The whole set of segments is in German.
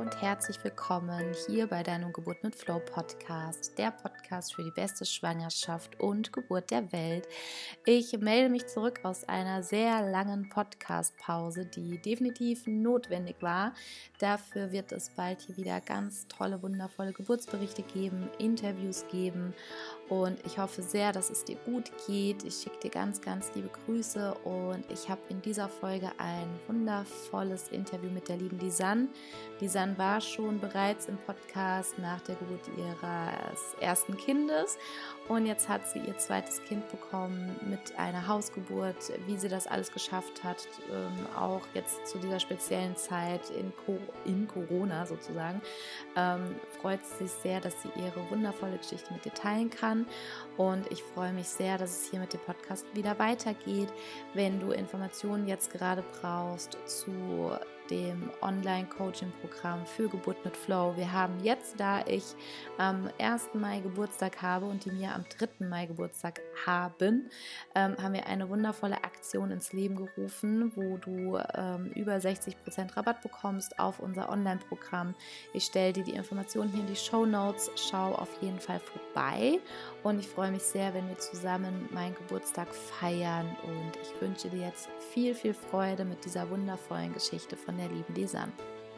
und herzlich willkommen hier bei deinem Geburt mit Flow Podcast, der Podcast für die beste Schwangerschaft und Geburt der Welt. Ich melde mich zurück aus einer sehr langen Podcast-Pause, die definitiv notwendig war. Dafür wird es bald hier wieder ganz tolle, wundervolle Geburtsberichte geben, Interviews geben und ich hoffe sehr, dass es dir gut geht. Ich schicke dir ganz, ganz liebe Grüße und ich habe in dieser Folge ein wundervolles Interview mit der lieben Lisanne. Lisanne war schon bereits im Podcast nach der Geburt ihres ersten Kindes und jetzt hat sie ihr zweites Kind bekommen mit einer Hausgeburt, wie sie das alles geschafft hat, auch jetzt zu dieser speziellen Zeit in Corona sozusagen, freut sie sich sehr, dass sie ihre wundervolle Geschichte mit dir teilen kann und ich freue mich sehr, dass es hier mit dem Podcast wieder weitergeht. Wenn du Informationen jetzt gerade brauchst zu dem Online-Coaching-Programm für Geburt mit Flow. Wir haben jetzt, da ich am 1. Mai Geburtstag habe und die Mia am 3. Mai Geburtstag haben wir eine wundervolle Aktion ins Leben gerufen, wo du über 60% Rabatt bekommst auf unser Online-Programm. Ich stelle dir die Informationen hier in die Shownotes. Schau auf jeden Fall vorbei und ich freue mich sehr, wenn wir zusammen meinen Geburtstag feiern und ich wünsche dir jetzt viel, viel Freude mit dieser wundervollen Geschichte von der lieben Lisanne.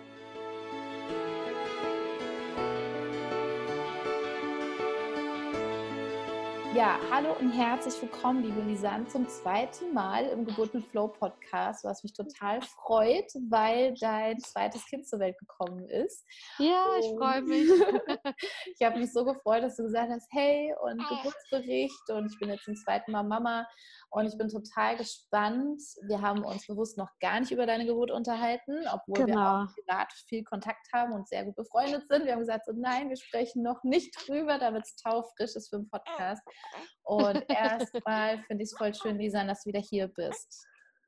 Ja, hallo und herzlich willkommen, liebe Lisanne, zum zweiten Mal im Geburt mit Flow Podcast, was mich total freut, weil dein zweites Kind zur Welt gekommen ist. Ja, ich freue mich. Ich habe mich so gefreut, dass du gesagt hast, hey, und Geburtsbericht und ich bin jetzt zum zweiten Mal Mama und ich bin total gespannt. Wir haben uns bewusst noch gar nicht über deine Geburt unterhalten, obwohl wir auch privat viel Kontakt haben und sehr gut befreundet sind. Wir haben gesagt, so nein, wir sprechen noch nicht drüber, damit es taufrisch ist für den Podcast. Und erstmal finde ich es voll schön, Lisanne, dass du wieder hier bist.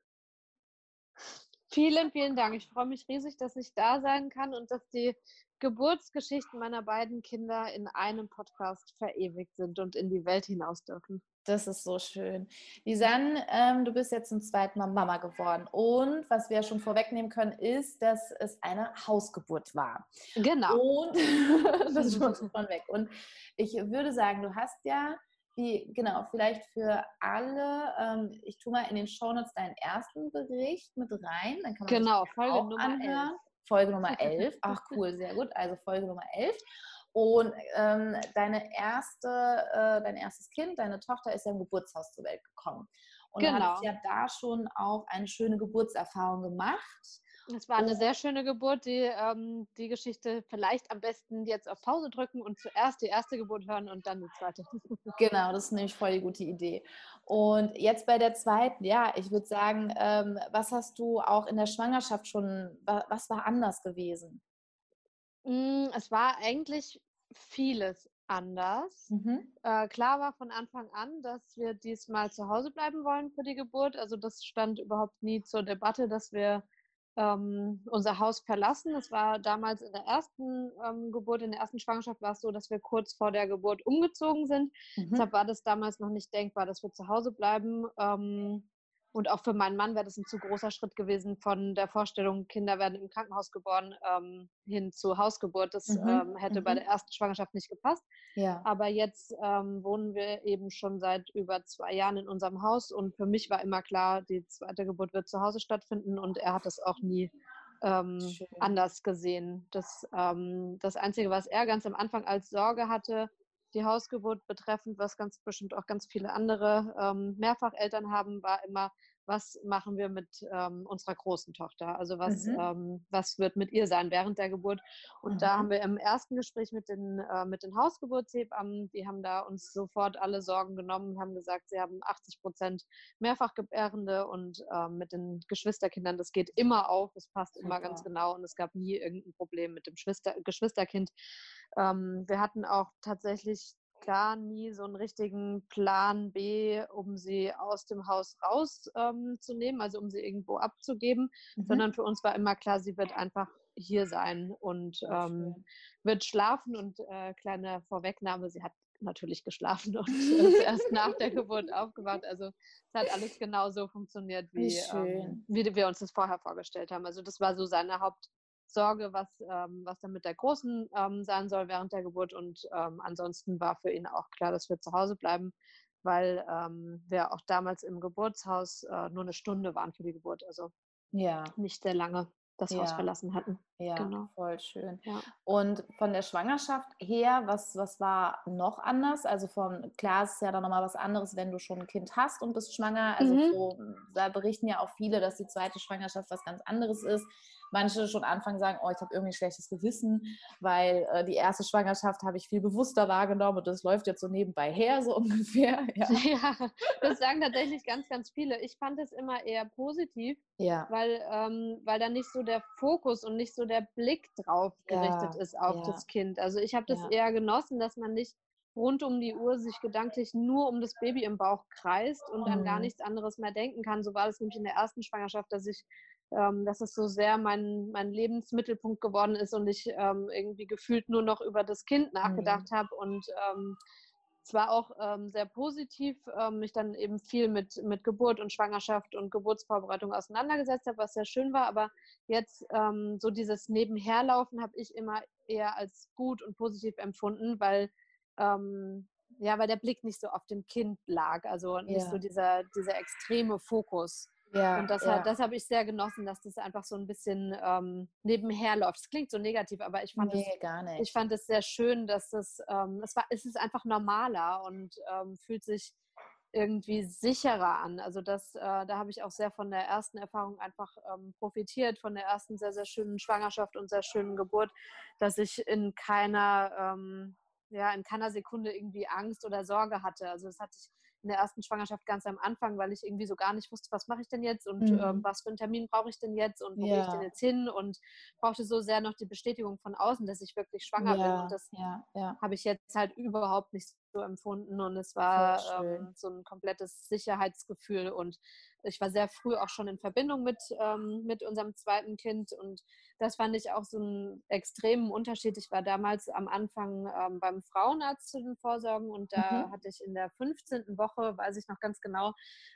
Vielen, vielen Dank. Ich freue mich riesig, dass ich da sein kann und dass die Geburtsgeschichten meiner beiden Kinder in einem Podcast verewigt sind und in die Welt hinaus dürfen. Das ist so schön. Lisanne, du bist jetzt zum zweiten Mal Mama geworden. Und was wir schon vorwegnehmen können, ist, dass es eine Hausgeburt war. Genau. Und das ist schon von weg. Und ich würde sagen, du hast ja vielleicht für alle, ich tue mal in den Shownotes deinen ersten Bericht mit rein. Dann kann man sich Folge auch Nummer anhören. 11. Folge Nummer 11. Ach cool, sehr gut. Also Folge Nummer 11. Und dein erstes Kind, deine Tochter, ist ja im Geburtshaus zur Welt gekommen. Und du hattest ja da schon auch eine schöne Geburtserfahrung gemacht. Es war eine sehr schöne Geburt, die Geschichte vielleicht am besten jetzt auf Pause drücken und zuerst die erste Geburt hören und dann die zweite. Genau, das ist nämlich voll die gute Idee. Und jetzt bei der zweiten, ja, ich würde sagen, was hast du auch in der Schwangerschaft schon, was war anders gewesen? Es war eigentlich vieles anders. Klar war von Anfang an, dass wir diesmal zu Hause bleiben wollen für die Geburt. Also das stand überhaupt nie zur Debatte, dass wir unser Haus verlassen. Es war damals in der ersten Geburt, in der ersten Schwangerschaft war es so, dass wir kurz vor der Geburt umgezogen sind. Deshalb war das damals noch nicht denkbar, dass wir zu Hause bleiben. Und auch für meinen Mann wäre das ein zu großer Schritt gewesen von der Vorstellung, Kinder werden im Krankenhaus geboren, hin zu Hausgeburt. Das hätte bei der ersten Schwangerschaft nicht gepasst. Ja. Aber jetzt wohnen wir eben schon seit über 2 Jahren in unserem Haus und für mich war immer klar, die zweite Geburt wird zu Hause stattfinden und er hat das auch nie anders gesehen. Das Einzige, was er ganz am Anfang als Sorge hatte, die Hausgeburt betreffend, was ganz bestimmt auch ganz viele andere Mehrfacheltern haben, war immer, was machen wir mit unserer großen Tochter? Also was wird mit ihr sein während der Geburt? Und da haben wir im ersten Gespräch mit den Hausgeburtshebammen, die haben da uns sofort alle Sorgen genommen, haben gesagt, sie haben 80% Mehrfachgebärende und mit den Geschwisterkindern, das geht immer auf, das passt immer ganz genau und es gab nie irgendein Problem mit dem Geschwisterkind. Wir hatten auch tatsächlich gar nie so einen richtigen Plan B, um sie aus dem Haus rauszunehmen, also um sie irgendwo abzugeben, sondern für uns war immer klar, sie wird einfach hier sein und wird schlafen und kleine Vorwegnahme, sie hat natürlich geschlafen und ist erst nach der Geburt aufgewacht. Also es hat alles genau so funktioniert, wie wir uns das vorher vorgestellt haben. Also das war so seine Sorge, was dann mit der Großen sein soll während der Geburt. Und ansonsten war für ihn auch klar, dass wir zu Hause bleiben, weil wir auch damals im Geburtshaus nur eine Stunde waren für die Geburt, also Ja, nicht sehr lange das Haus ja. verlassen hatten. Ja, Genau, voll schön. ja. Und von der Schwangerschaft her, was war noch anders? Also klar, es ist ja dann nochmal was anderes, wenn du schon ein Kind hast und bist schwanger. Also Mhm. so, da berichten ja auch viele, dass die zweite Schwangerschaft was ganz anderes ist. Manche schon anfangen sagen, oh, ich habe irgendwie ein schlechtes Gewissen, weil die erste Schwangerschaft habe ich viel bewusster wahrgenommen und das läuft jetzt so nebenbei her, so ungefähr. Ja, Ja, das sagen tatsächlich ganz, ganz viele. Ich fand es immer eher positiv, ja, weil da nicht so der Fokus und nicht so der Blick drauf gerichtet ja, ist auf ja, das Kind. Also, ich habe das ja. eher genossen, dass man nicht rund um die Uhr sich gedanklich nur um das Baby im Bauch kreist und an gar Mhm. nichts anderes mehr denken kann. So war das nämlich in der ersten Schwangerschaft, dass es so sehr mein Lebensmittelpunkt geworden ist und ich irgendwie gefühlt nur noch über das Kind Mhm. nachgedacht habe und es war auch sehr positiv, mich dann eben viel mit Geburt und Schwangerschaft und Geburtsvorbereitung auseinandergesetzt habe, was sehr schön war. Aber jetzt so dieses Nebenherlaufen habe ich immer eher als gut und positiv empfunden, ähm, ja, weil der Blick nicht so auf dem Kind lag, also nicht so Ja, dieser extreme Fokus. Und ja, ja. das habe ich sehr genossen, dass das einfach so ein bisschen nebenher läuft. Es klingt so negativ, aber Nee, gar ich nicht. fand es sehr schön, dass es ist einfach normaler und fühlt sich irgendwie sicherer an. Also da habe ich auch sehr von der ersten Erfahrung einfach profitiert, von der ersten sehr, sehr schönen Schwangerschaft und sehr schönen Geburt, dass ich in keiner Sekunde irgendwie Angst oder Sorge hatte. Also das hatte ich in der ersten Schwangerschaft ganz am Anfang, weil ich irgendwie so gar nicht wusste, was mache ich denn jetzt und Mhm. was für einen Termin brauche ich denn jetzt und wo gehe ich denn Ja, jetzt hin und brauchte so sehr noch die Bestätigung von außen, dass ich wirklich schwanger bin. Und ja, das ja, ja, habe ich jetzt halt überhaupt nicht so empfunden und es voll war schön. so ein komplettes Sicherheitsgefühl und ich war sehr früh auch schon in Verbindung mit unserem zweiten Kind und das fand ich auch so einen extremen Unterschied. Ich war damals am Anfang beim Frauenarzt zu den Vorsorgen und da Mhm. hatte ich in der 15. Woche, weiß ich noch ganz genau,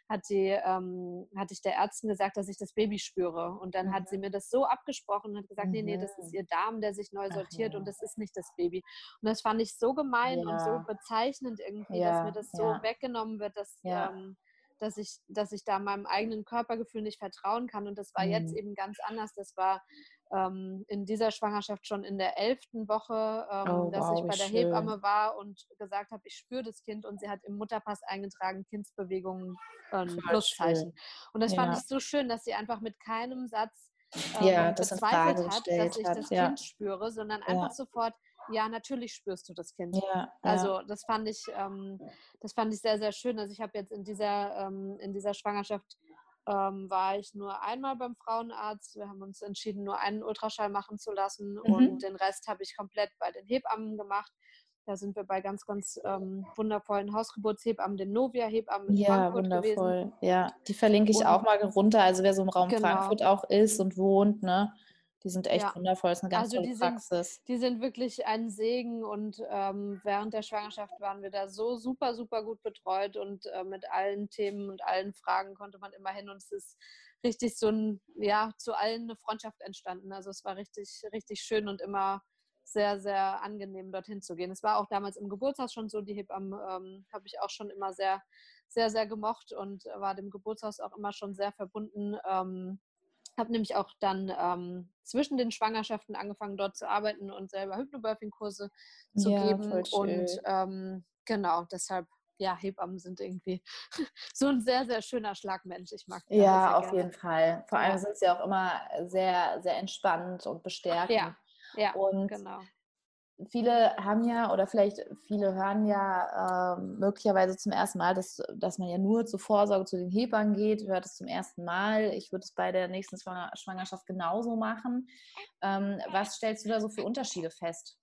hatte ich der Ärztin gesagt, dass ich das Baby spüre. Und dann hat sie Mhm. mir das so abgesprochen und hat gesagt, nee, nee, das ist Mhm. ihr Darm, der sich neu Ach sortiert und ja. das ist nicht das Baby. Und das fand ich so gemein und so Ja, bezeichnend irgendwie, dass mir ja, das so ja, weggenommen wird, ja. dass ich da meinem eigenen Körpergefühl nicht vertrauen kann. Und das war jetzt Mhm. eben ganz anders. Das war in dieser Schwangerschaft schon in der 11. Woche, Oh, dass wow, ich wie bei der schön. Hebamme war und gesagt habe, ich spüre das Kind und sie hat im Mutterpass eingetragen, Kindsbewegungen Voll Pluszeichen. schön. Und das fand Ja, ich so schön, dass sie einfach mit keinem Satz ja, das in Frage bezweifelt hat, dass gestellt ich hat. das Ja, Kind spüre, sondern einfach ja, sofort, ja, natürlich spürst du das Kind. ja, ja. Also das fand ich sehr, sehr schön. Also ich habe jetzt in dieser Schwangerschaft war ich nur einmal beim Frauenarzt. Wir haben uns entschieden, nur einen Ultraschall machen zu lassen und Mhm. den Rest habe ich komplett bei den Hebammen gemacht. Da sind wir bei ganz, ganz wundervollen Hausgeburtshebammen, den Novia-Hebammen in Ja, Frankfurt gewesen. wundervoll. Ja, die verlinke ich auch Und mal runter. Also wer so im Raum genau, Frankfurt auch ist und wohnt, ne, die sind echt ja. wundervoll. Ist eine ganz Also tolle Praxis. die sind wirklich ein Segen und während der Schwangerschaft waren wir da so super, super gut betreut und mit allen Themen und allen Fragen konnte man immer hin und es ist richtig ja, zu allen eine Freundschaft entstanden. Also es war richtig, richtig schön und immer sehr, sehr angenehm, dorthin zu gehen. Es war auch damals im Geburtshaus schon so, die Hebammen habe ich auch schon immer sehr, sehr, sehr gemocht und war dem Geburtshaus auch immer schon sehr verbunden. Habe nämlich auch dann zwischen den Schwangerschaften angefangen, dort zu arbeiten und selber Hypnobirthing-Kurse zu Ja, geben. voll Und schön. genau, deshalb, ja, Hebammen sind irgendwie so ein sehr, sehr schöner Schlagmensch. Ich mag die alle sehr Ja, auf gerne. jeden Fall. Vor allem Ja, sind sie auch immer sehr, sehr entspannt und ja, bestärkend. ja, Und genau. viele haben ja oder vielleicht viele hören ja möglicherweise zum ersten Mal, dass man ja nur zur Vorsorge zu den Hebammen geht, hört es zum ersten Mal. Ich würde es bei der nächsten Schwangerschaft genauso machen. Was stellst du da so für Unterschiede fest?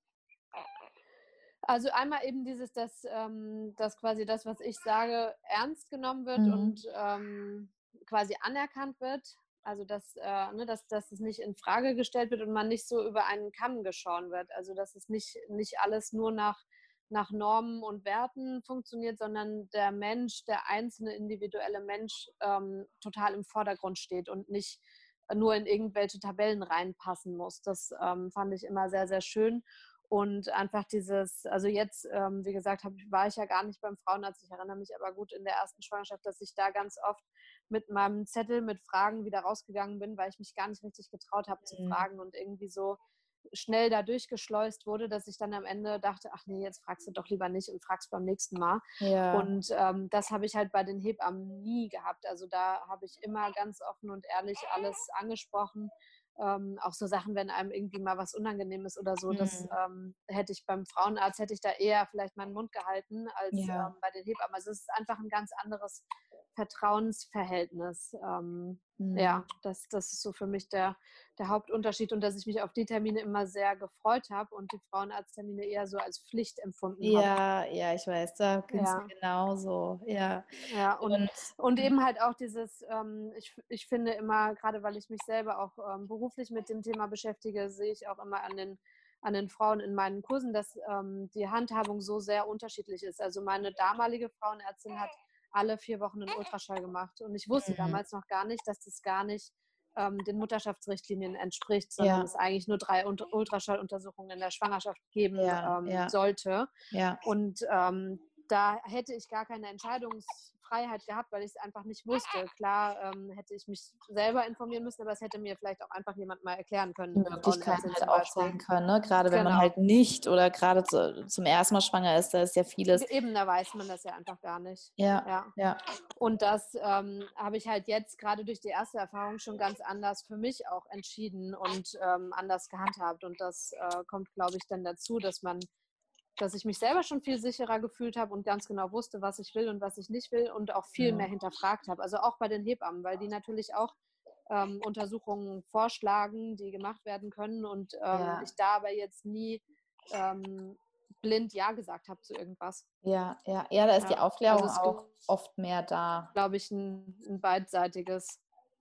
Also einmal eben dass quasi das, was ich sage, ernst genommen wird Mhm. und quasi anerkannt wird. Also dass es nicht in Frage gestellt wird und man nicht so über einen Kamm geschoren wird. Also dass es nicht alles nur nach Normen und Werten funktioniert, sondern der Mensch, der einzelne individuelle Mensch total im Vordergrund steht und nicht nur in irgendwelche Tabellen reinpassen muss. Das fand ich immer sehr, sehr schön. Und einfach also jetzt, wie gesagt, war ich ja gar nicht beim Frauenarzt. Ich erinnere mich aber gut in der ersten Schwangerschaft, dass ich da ganz oft mit meinem Zettel mit Fragen wieder rausgegangen bin, weil ich mich gar nicht richtig getraut habe zu fragen und irgendwie so schnell da durchgeschleust wurde, dass ich dann am Ende dachte, ach nee, jetzt fragst du doch lieber nicht und fragst beim nächsten Mal. Ja. Und das habe ich halt bei den Hebammen nie gehabt. Also da habe ich immer ganz offen und ehrlich alles angesprochen. Auch so Sachen, wenn einem irgendwie mal was unangenehm ist oder so, das hätte ich beim Frauenarzt, hätte ich da eher vielleicht meinen Mund gehalten als Ja. bei den Hebammen. Also es ist einfach ein ganz anderes Vertrauensverhältnis. Ja, das ist so für mich der Hauptunterschied und dass ich mich auf die Termine immer sehr gefreut habe und die Frauenarzttermine eher so als Pflicht empfunden habe. Ja, ich weiß, da ging es mir Ja. genauso, ja. Ja, und eben halt auch dieses, ich finde immer, gerade weil ich mich selber auch beruflich mit dem Thema beschäftige, sehe ich auch immer an den Frauen in meinen Kursen, dass die Handhabung so sehr unterschiedlich ist. Also meine damalige Frauenärztin hat alle 4 Wochen einen Ultraschall gemacht und ich wusste damals noch gar nicht, dass das gar nicht den Mutterschaftsrichtlinien entspricht, sondern es eigentlich nur 3 Ultraschalluntersuchungen in der Schwangerschaft geben Ja. sollte. Ja. Und da hätte ich gar keine Entscheidungsfreiheit gehabt, weil ich es einfach nicht wusste. Klar hätte ich mich selber informieren müssen, aber es hätte mir vielleicht auch einfach jemand mal erklären können, Die eine Möglichkeiten Frauenärztin halt zum Beispiel. aufzeigen können, ne? Grade wenn man Genau. halt nicht oder gerade zum ersten Mal schwanger ist, da ist ja vieles. Eben, da weiß man das ja einfach gar nicht. Ja. Und das habe ich halt jetzt gerade durch die erste Erfahrung schon ganz anders für mich auch entschieden und anders gehandhabt. Und das kommt, glaube ich, dann dazu, dass ich mich selber schon viel sicherer gefühlt habe und ganz genau wusste, was ich will und was ich nicht will und auch viel mehr hinterfragt habe. Also auch bei den Hebammen, weil die natürlich auch Untersuchungen vorschlagen, die gemacht werden können und ich da aber jetzt nie blind Ja gesagt habe zu irgendwas. Ja, da ist die Ja, also Aufklärung es auch oft mehr da. glaube ich, ein beidseitiges.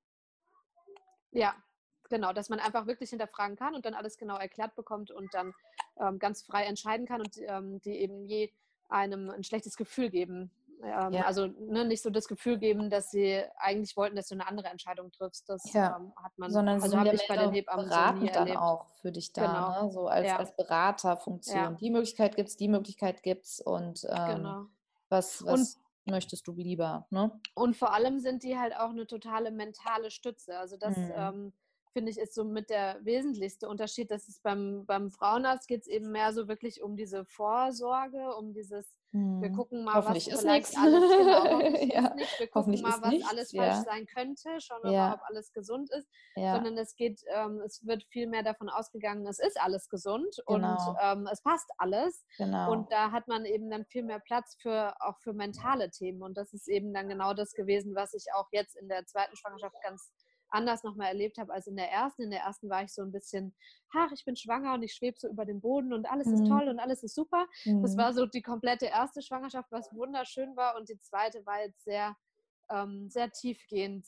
Ja, genau, dass man einfach wirklich hinterfragen kann und dann alles genau erklärt bekommt und dann ganz frei entscheiden kann und die eben je einem ein schlechtes Gefühl geben. Ja. Also nicht so das Gefühl geben, dass sie eigentlich wollten, dass du eine andere Entscheidung triffst. Das Ja. hat man, Sondern sie also sind habe ja ich bei mehr den so Hebammen so nie beratend dann erlebt. auch für dich da, Genau. ne? So als Ja, Beraterfunktion. ja, Die Möglichkeit gibt's, die Möglichkeit gibt's und genau. was Und möchtest du lieber, ne? Und vor allem sind die halt auch eine totale mentale Stütze. Also das, Mhm. finde ich, ist so mit der wesentlichste Unterschied. Das ist beim Frauenarzt geht es eben mehr so wirklich um diese Vorsorge, um dieses, wir gucken mal, was Hoffentlich ist vielleicht nix. alles, genau, hoffentlich ist Ja, nichts, wir gucken hoffentlich mal, ist was nichts, alles falsch ja. sein könnte, schauen wir mal, ob Ja, alles gesund ist, ja, sondern es wird viel mehr davon ausgegangen, es ist alles gesund und genau, es passt alles. genau. Und da hat man eben dann viel mehr Platz auch für mentale Themen. Und das ist eben dann genau das gewesen, was ich auch jetzt in der zweiten Schwangerschaft ganz anders nochmal erlebt habe als in der ersten. In der ersten war ich so ein bisschen, ach, ich bin schwanger und ich schwebe so über dem Boden und alles ist toll und alles ist super. Das Mhm. war so die komplette erste Schwangerschaft, was wunderschön war. Und die zweite war jetzt sehr tiefgehend,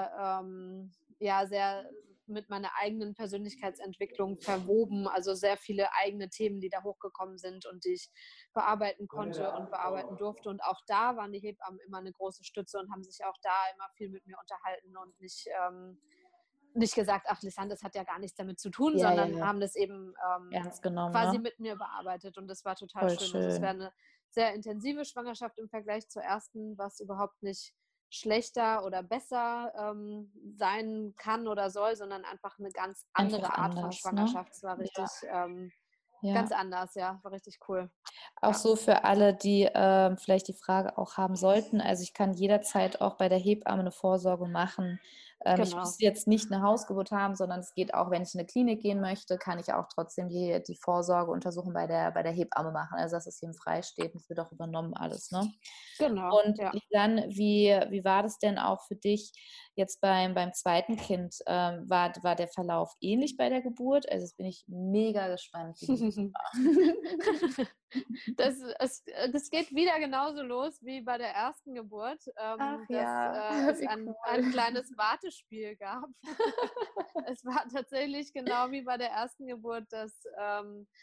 sehr mit meiner eigenen Persönlichkeitsentwicklung verwoben. Also sehr viele eigene Themen, die da hochgekommen sind und die ich bearbeiten konnte und bearbeiten durfte. Und auch da waren die Hebammen immer eine große Stütze und haben sich auch da immer viel mit mir unterhalten und nicht gesagt, ach, Lisanne, das hat ja gar nichts damit zu tun, Ja, sondern ja, haben das eben ernst genommen, quasi ne? mit mir bearbeitet. Und das war total Voll schön. Also es wäre schön. eine sehr intensive Schwangerschaft im Vergleich zur ersten, was überhaupt nicht schlechter oder besser sein kann oder soll, sondern einfach eine ganz Einfach andere Art von anders, ne? Schwangerschaft. Es war Ja, richtig ja. ganz anders, ja, war richtig cool. Auch Ja. so für alle, die vielleicht die Frage auch haben sollten. Also ich kann jederzeit auch bei der Hebamme eine Vorsorge machen. Ich Genau. müsste jetzt nicht eine Hausgeburt haben, sondern es geht auch, wenn ich in eine Klinik gehen möchte, kann ich auch trotzdem die Vorsorgeuntersuchung bei der Hebamme machen. Also dass es jedem frei steht und es wird auch übernommen alles, ne? Genau, Und ja. Lisanne, wie war das denn auch für dich jetzt beim zweiten Kind? War der Verlauf ähnlich bei der Geburt? Also jetzt bin ich mega gespannt, wie die war. Das geht wieder genauso los wie bei der ersten Geburt, Ach dass ja, es wie ein cool. kleines Wartespiel gab. Es war tatsächlich genau wie bei der ersten Geburt, dass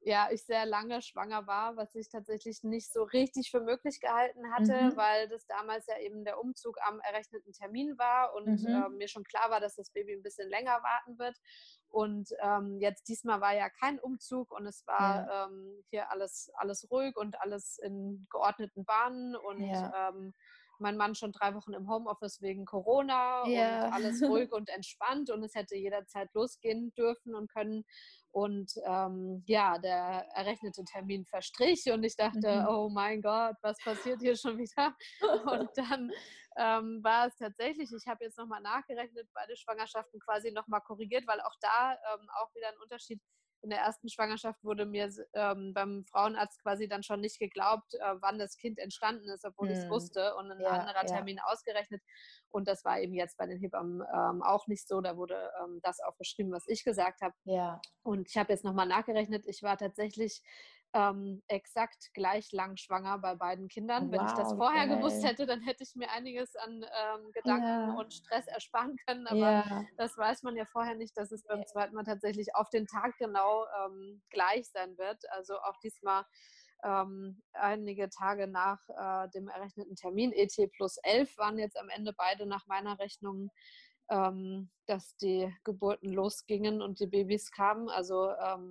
ich sehr lange schwanger war, was ich tatsächlich nicht so richtig für möglich gehalten hatte, Mhm. weil das damals ja eben der Umzug am errechneten Termin war und Mhm. mir schon klar war, dass das Baby ein bisschen länger warten wird. Und jetzt diesmal war ja kein Umzug und es war Ja, hier alles ruhig und alles in geordneten Bahnen und ja, mein Mann schon 3 Wochen im Homeoffice wegen Corona und ja. alles ruhig und entspannt und es hätte jederzeit losgehen dürfen und können. Und der errechnete Termin verstrich und ich dachte, Mhm. oh mein Gott, was passiert hier schon wieder? Und dann war es tatsächlich, ich habe jetzt nochmal nachgerechnet, beide Schwangerschaften quasi nochmal korrigiert, weil auch da auch wieder ein Unterschied. In der ersten Schwangerschaft wurde mir beim Frauenarzt quasi dann schon nicht geglaubt, wann das Kind entstanden ist, obwohl ich es Mhm. wusste und ein Ja, anderer ja, Termin ausgerechnet. Und das war eben jetzt bei den Hebammen auch nicht so. Da wurde das aufgeschrieben, was ich gesagt habe. ja. Und ich habe jetzt nochmal nachgerechnet, ich war tatsächlich exakt gleich lang schwanger bei beiden Kindern. Wenn ich das Wow, wie vorher gewusst geil. hätte, dann hätte ich mir einiges an Gedanken Ja, und Stress ersparen können. Aber ja. das weiß man ja vorher nicht, dass es beim Ne. zweiten Mal tatsächlich auf den Tag genau gleich sein wird. Also auch diesmal einige Tage nach dem errechneten Termin, ET+11, waren jetzt am Ende beide nach meiner Rechnung, dass die Geburten losgingen und die Babys kamen. Also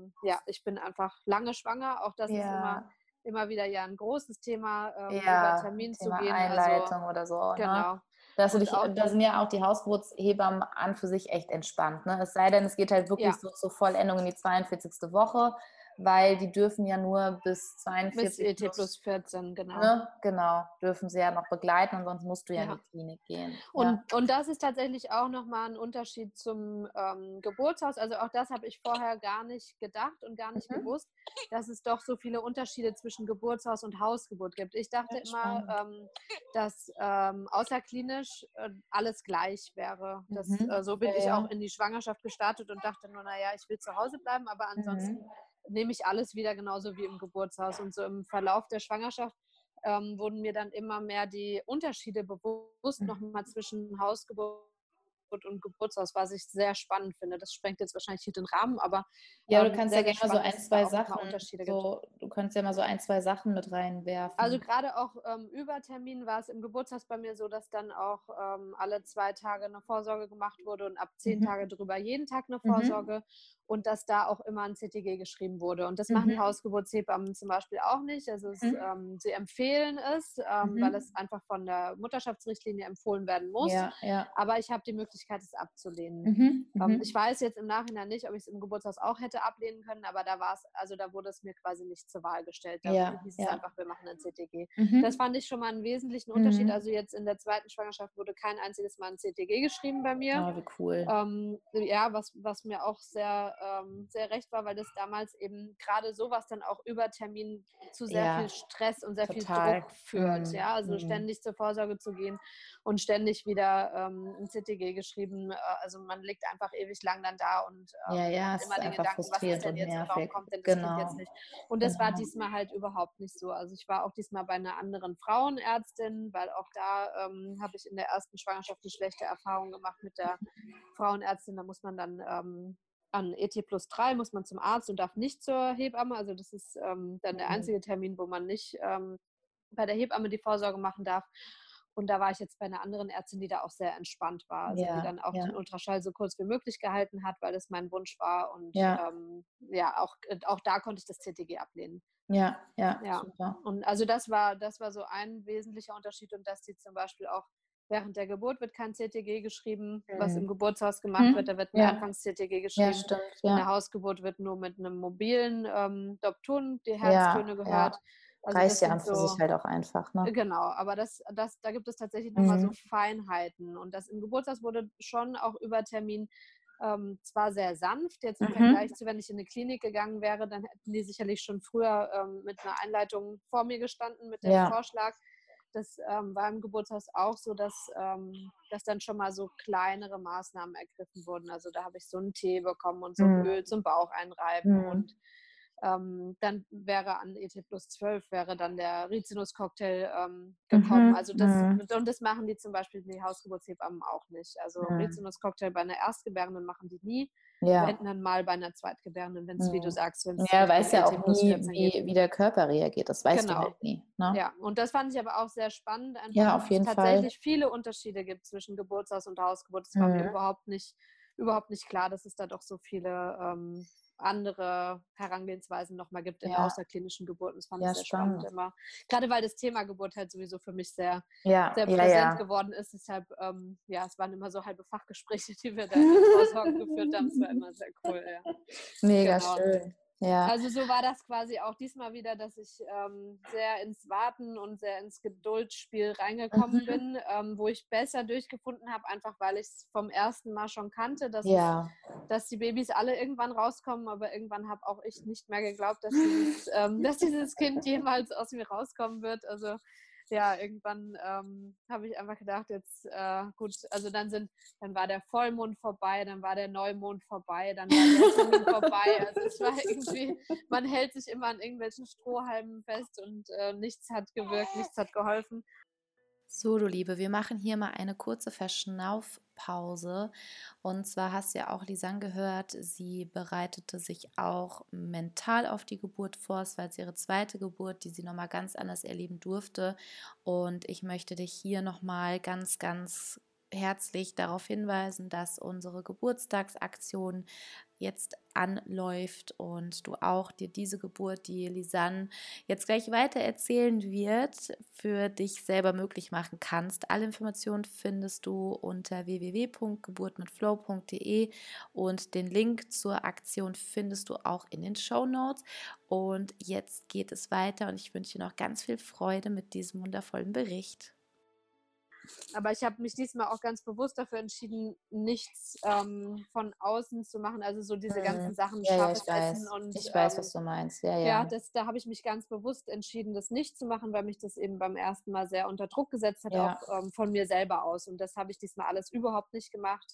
ich bin einfach lange schwanger. Auch das ist immer, Ja, immer wieder ja ein großes Thema, über ja, Termin zu Thema gehen. Also Einleitung oder so, ne? genau. Und auch Da sind ja auch die Hausgeburtshebammen an für sich echt entspannt, ne? Es sei denn, es geht halt ja, wirklich so zur Vollendung in die 42. Woche, weil die dürfen ja nur bis bis 42 ET plus plus, 14, genau. ne? Genau, dürfen sie ja noch begleiten und sonst musst du ja in Ja. die Klinik gehen. Ja. Und das ist tatsächlich auch noch mal 'n Unterschied zum Geburtshaus. Also, auch das habe ich vorher gar nicht gedacht und gar nicht Mhm. gewusst, dass es doch so viele Unterschiede zwischen Geburtshaus und Hausgeburt gibt. Ich Ja, dachte immer, spannend. dass außerklinisch alles gleich wäre. Mhm. So bin Ja, ich auch ja. in die Schwangerschaft gestartet und dachte nur: „Na ja, ich will zu Hause bleiben, aber ansonsten Mhm. nehme ich alles wieder genauso wie im Geburtshaus.“ Und so im Verlauf der Schwangerschaft wurden mir dann immer mehr die Unterschiede bewusst nochmal zwischen Hausgeburt und Geburtshaus, was ich sehr spannend finde. Das sprengt jetzt wahrscheinlich hier den Rahmen, aber Ja, du kannst ja sehr, sehr gerne mal so spannend, ein, dass es da zwei auch nochmal Sachen Unterschiede gibt. so du könntest ja mal so ein, 2 Sachen mit Also reinwerfen. gerade auch über Termin war es im Geburtshaus bei mir so, dass dann auch alle 2 Tage eine Vorsorge gemacht wurde und ab 10 Tage Mhm. drüber jeden Tag eine Mhm. Vorsorge und dass da auch immer ein CTG geschrieben wurde. Und das machen die Mhm. Hausgeburtshebammen zum Beispiel auch nicht. Also Mhm. sie empfehlen es, weil Mhm. es einfach von der Mutterschaftsrichtlinie empfohlen werden muss. Ja, ja. Aber ich habe die Möglichkeit, es abzulehnen. Mhm. Ich Mhm. weiß jetzt im Nachhinein nicht, ob ich es im Geburtshaus auch hätte ablehnen können, aber da wurde es mir quasi nicht zur Wahl gestellt. Da Ja, hieß es ja. einfach, wir machen ein CTG. Das Mhm. fand ich schon mal einen wesentlichen Unterschied. Mhm. Also jetzt in der zweiten Schwangerschaft wurde kein einziges Mal ein CTG geschrieben bei mir. Oh, wie cool. Ja, was mir auch sehr, sehr recht war, weil das damals eben gerade sowas dann auch über Termin zu sehr viel Ja, Stress und sehr viel total. Druck führt. Mhm. Ja, also Mhm. ständig zur Vorsorge zu gehen und ständig wieder ein CTG geschrieben. Also man liegt einfach ewig lang dann da und Ja, ja, hat es ist immer den einfach Gedanken, was ist frustrierend denn und jetzt und warum nervig. kommt denn das Kind jetzt Genau, nicht? Und das war genau. diesmal halt überhaupt nicht so. Also ich war auch diesmal bei einer anderen Frauenärztin, weil auch da habe ich in der ersten Schwangerschaft eine schlechte Erfahrung gemacht mit der Frauenärztin. Da muss man dann an ET+3 muss man zum Arzt und darf nicht zur Hebamme. Also das ist dann der Mhm. einzige Termin, wo man nicht bei der Hebamme die Vorsorge machen darf. Und da war ich jetzt bei einer anderen Ärztin, die da auch sehr entspannt war. Also die Ja, dann auch den ja, Ultraschall so kurz wie möglich gehalten hat, weil das mein Wunsch war. Und ja, ja, auch da konnte ich das CTG ablehnen. ja, ja, Ja. super. Und also das war so ein wesentlicher Unterschied und dass die zum Beispiel auch während der Geburt wird kein CTG geschrieben, was im Mhm. Geburtshaus gemacht wird. Mhm. Da wird ein Ja, Anfangs-CTG ja, geschrieben. stimmt, In der ja. Hausgeburt wird nur mit einem mobilen Dopton die Herztöne Ja, ja. gehört. Also Reicht das ja sind an für sich so, halt auch einfach, ne? genau, aber da gibt es tatsächlich nochmal so Mhm. Feinheiten. Und das im Geburtshaus wurde schon auch über Termin zwar sehr sanft, jetzt im Vergleich Mhm. zu, wenn ich in eine Klinik gegangen wäre, dann hätten die sicherlich schon früher mit einer Einleitung vor mir gestanden, mit dem Ja. Vorschlag. Das war im Geburtshaus auch so, dass dann schon mal so kleinere Maßnahmen ergriffen wurden. Also da habe ich so einen Tee bekommen und so ein Mhm. Öl zum Bauch einreiben Mhm. und dann wäre an ET+12 wäre dann der Rizinus-Cocktail gekommen. Also und das machen die zum Beispiel die Hausgeburtshebammen auch nicht. Also Rizinus-Cocktail bei einer Erstgebärenden machen die nie. Ja. Wenn dann mal bei einer Zweitgebärenden, wenn es, wie du sagst, wenn es Ja, Richtung weiß ja auch nie, ET+14 geht. wie der Körper reagiert. Das weißt du Genau. halt nie. Ne? Ja, und das fand ich aber auch sehr spannend, einfach, Ja, dass auf es jeden Fall. tatsächlich viele Unterschiede gibt zwischen Geburtshaus und Hausgeburt. Das war mir überhaupt nicht klar, dass es da doch so viele andere Herangehensweisen nochmal gibt in außerklinischen Geburten. Das fand ich sehr spannend immer. Gerade weil das Thema Geburt halt sowieso für mich sehr, sehr präsent geworden ist. Deshalb, es waren immer so halbe Fachgespräche, die wir da in der Vorsorge geführt haben. Das war immer sehr cool, ja. Mega schön. Ja. Also so war das quasi auch diesmal wieder, dass ich sehr ins Warten und sehr ins Geduldsspiel reingekommen bin, wo ich besser durchgefunden habe, einfach weil ich es vom ersten Mal schon kannte, dass die Babys alle irgendwann rauskommen, aber irgendwann habe auch ich nicht mehr geglaubt, dass dieses Kind jemals aus mir rauskommen wird. Also ja, irgendwann habe ich einfach gedacht, jetzt gut, also dann war der Vollmond vorbei, dann war der Neumond vorbei, dann war der Termin vorbei. Also es war irgendwie, man hält sich immer an irgendwelchen Strohhalmen fest und nichts hat gewirkt, nichts hat geholfen. So, du Liebe, wir machen hier mal eine kurze Verschnaufpause. Und zwar hast du ja auch Lisanne gehört, sie bereitete sich auch mental auf die Geburt vor. Es war jetzt ihre zweite Geburt, die sie nochmal ganz anders erleben durfte. Und ich möchte dich hier nochmal ganz, ganz herzlich darauf hinweisen, dass unsere Geburtstagsaktion jetzt anläuft und du auch dir diese Geburt, die Lisanne jetzt gleich weiter erzählen wird, für dich selber möglich machen kannst. Alle Informationen findest du unter www.geburtmitflow.de und den Link zur Aktion findest du auch in den Shownotes. Und jetzt geht es weiter und ich wünsche dir noch ganz viel Freude mit diesem wundervollen Bericht. Aber ich habe mich diesmal auch ganz bewusst dafür entschieden, nichts von außen zu machen, also so diese ganzen Sachen, scharfes Essen und ich weiß, was du meinst. Da habe ich mich ganz bewusst entschieden, das nicht zu machen, weil mich das eben beim ersten Mal sehr unter Druck gesetzt hat, auch von mir selber aus. Und das habe ich diesmal alles überhaupt nicht gemacht.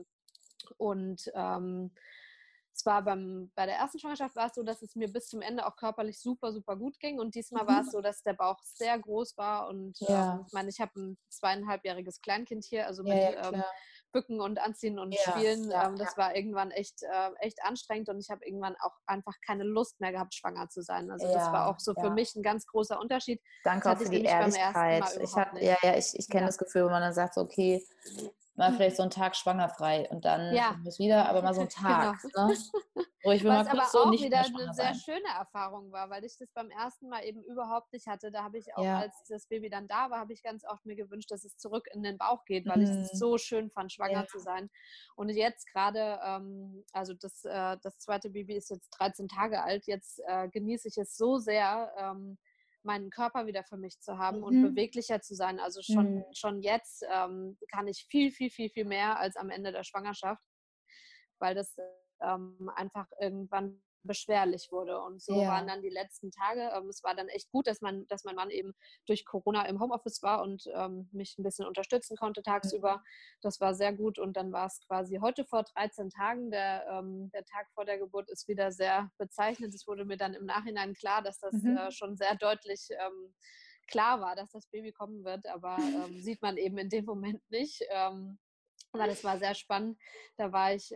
Es war bei der ersten Schwangerschaft war es so, dass es mir bis zum Ende auch körperlich super, super gut ging. Und diesmal war es so, dass der Bauch sehr groß war. Und ich meine, ich habe ein 2,5-jähriges Kleinkind hier, also mit Bücken und Anziehen und Spielen. Das war irgendwann echt anstrengend und ich habe irgendwann auch einfach keine Lust mehr gehabt, schwanger zu sein. Also das war auch so für mich ein ganz großer Unterschied. Danke auch für die Ehrlichkeit. Ich kenne das Gefühl, wo man dann sagt, so, okay, mal vielleicht so einen Tag schwangerfrei und dann muss wieder, aber mal so einen Tag. Genau. Ne? Wo ich will Was mal aber kurz so auch nicht wieder mehr schwanger eine sehr sein. schöne Erfahrung war, weil ich das beim ersten Mal eben überhaupt nicht hatte. Da habe ich auch, als das Baby dann da war, habe ich ganz oft mir gewünscht, dass es zurück in den Bauch geht, weil ich es so schön fand, schwanger zu sein. Und jetzt gerade, also das zweite Baby ist jetzt 13 Tage alt, jetzt genieße ich es so sehr, meinen Körper wieder für mich zu haben und beweglicher zu sein. Also schon jetzt kann ich viel, viel, viel, viel mehr als am Ende der Schwangerschaft, weil das einfach irgendwann beschwerlich wurde. Und so waren dann die letzten Tage. Es war dann echt gut, dass mein Mann eben durch Corona im Homeoffice war und mich ein bisschen unterstützen konnte tagsüber. Das war sehr gut. Und dann war es quasi heute vor 13 Tagen, der Tag vor der Geburt ist wieder sehr bezeichnet. Es wurde mir dann im Nachhinein klar, dass das schon sehr deutlich klar war, dass das Baby kommen wird. Aber sieht man eben in dem Moment nicht. Aber das war sehr spannend. Da war ich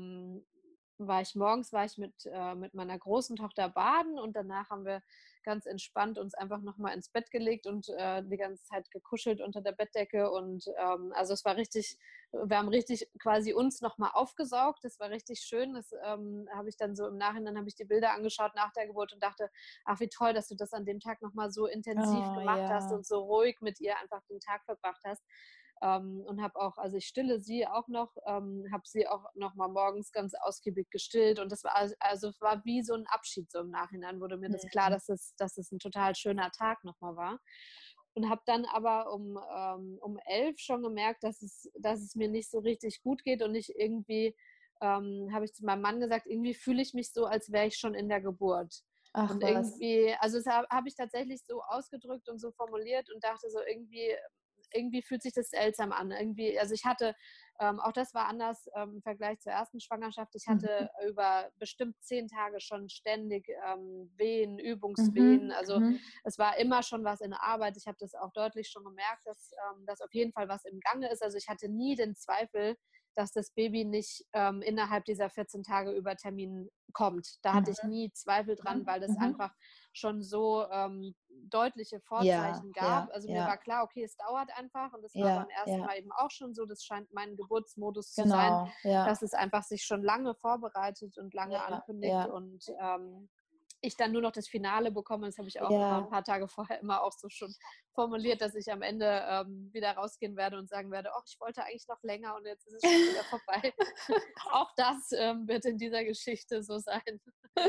morgens mit meiner großen Tochter baden und danach haben wir ganz entspannt uns einfach nochmal ins Bett gelegt und die ganze Zeit gekuschelt unter der Bettdecke und also es war richtig, wir haben richtig quasi uns nochmal aufgesaugt, das war richtig schön, das habe ich dann so im Nachhinein, habe ich die Bilder angeschaut nach der Geburt und dachte, ach wie toll, dass du das an dem Tag nochmal so intensiv gemacht hast und so ruhig mit ihr einfach den Tag verbracht hast. Und habe auch, also ich stille sie auch noch, habe sie auch noch mal morgens ganz ausgiebig gestillt und das war also es war wie so ein Abschied so im Nachhinein, wurde mir das klar, dass es ein total schöner Tag noch mal war und habe dann aber um 11 schon gemerkt, dass es mir nicht so richtig gut geht und ich irgendwie habe ich zu meinem Mann gesagt, irgendwie fühle ich mich so, als wäre ich schon in der Geburt. Ach, und was. irgendwie, also das habe ich tatsächlich so ausgedrückt und so formuliert und dachte so irgendwie fühlt sich das seltsam an. Irgendwie, also ich hatte Auch das war anders im Vergleich zur ersten Schwangerschaft. Ich hatte über bestimmt 10 Tage schon ständig Wehen, Übungswehen. Also es war immer schon was in der Arbeit. Ich habe das auch deutlich schon gemerkt, dass auf jeden Fall was im Gange ist. Also ich hatte nie den Zweifel, dass das Baby nicht innerhalb dieser 14 Tage über Termin kommt. Da hatte ich nie Zweifel dran, weil das einfach schon so deutliche Vorzeichen gab. Also mir war klar, okay, es dauert einfach und das war beim ersten Mal eben auch schon so. Das scheint mein Geburtsmodus zu sein, dass es einfach sich schon lange vorbereitet und lange ankündigt und ich dann nur noch das Finale bekomme. Das habe ich auch immer ein paar Tage vorher immer auch so schon formuliert, dass ich am Ende wieder rausgehen werde und sagen werde, ich wollte eigentlich noch länger und jetzt ist es schon wieder vorbei. Auch das wird in dieser Geschichte so sein.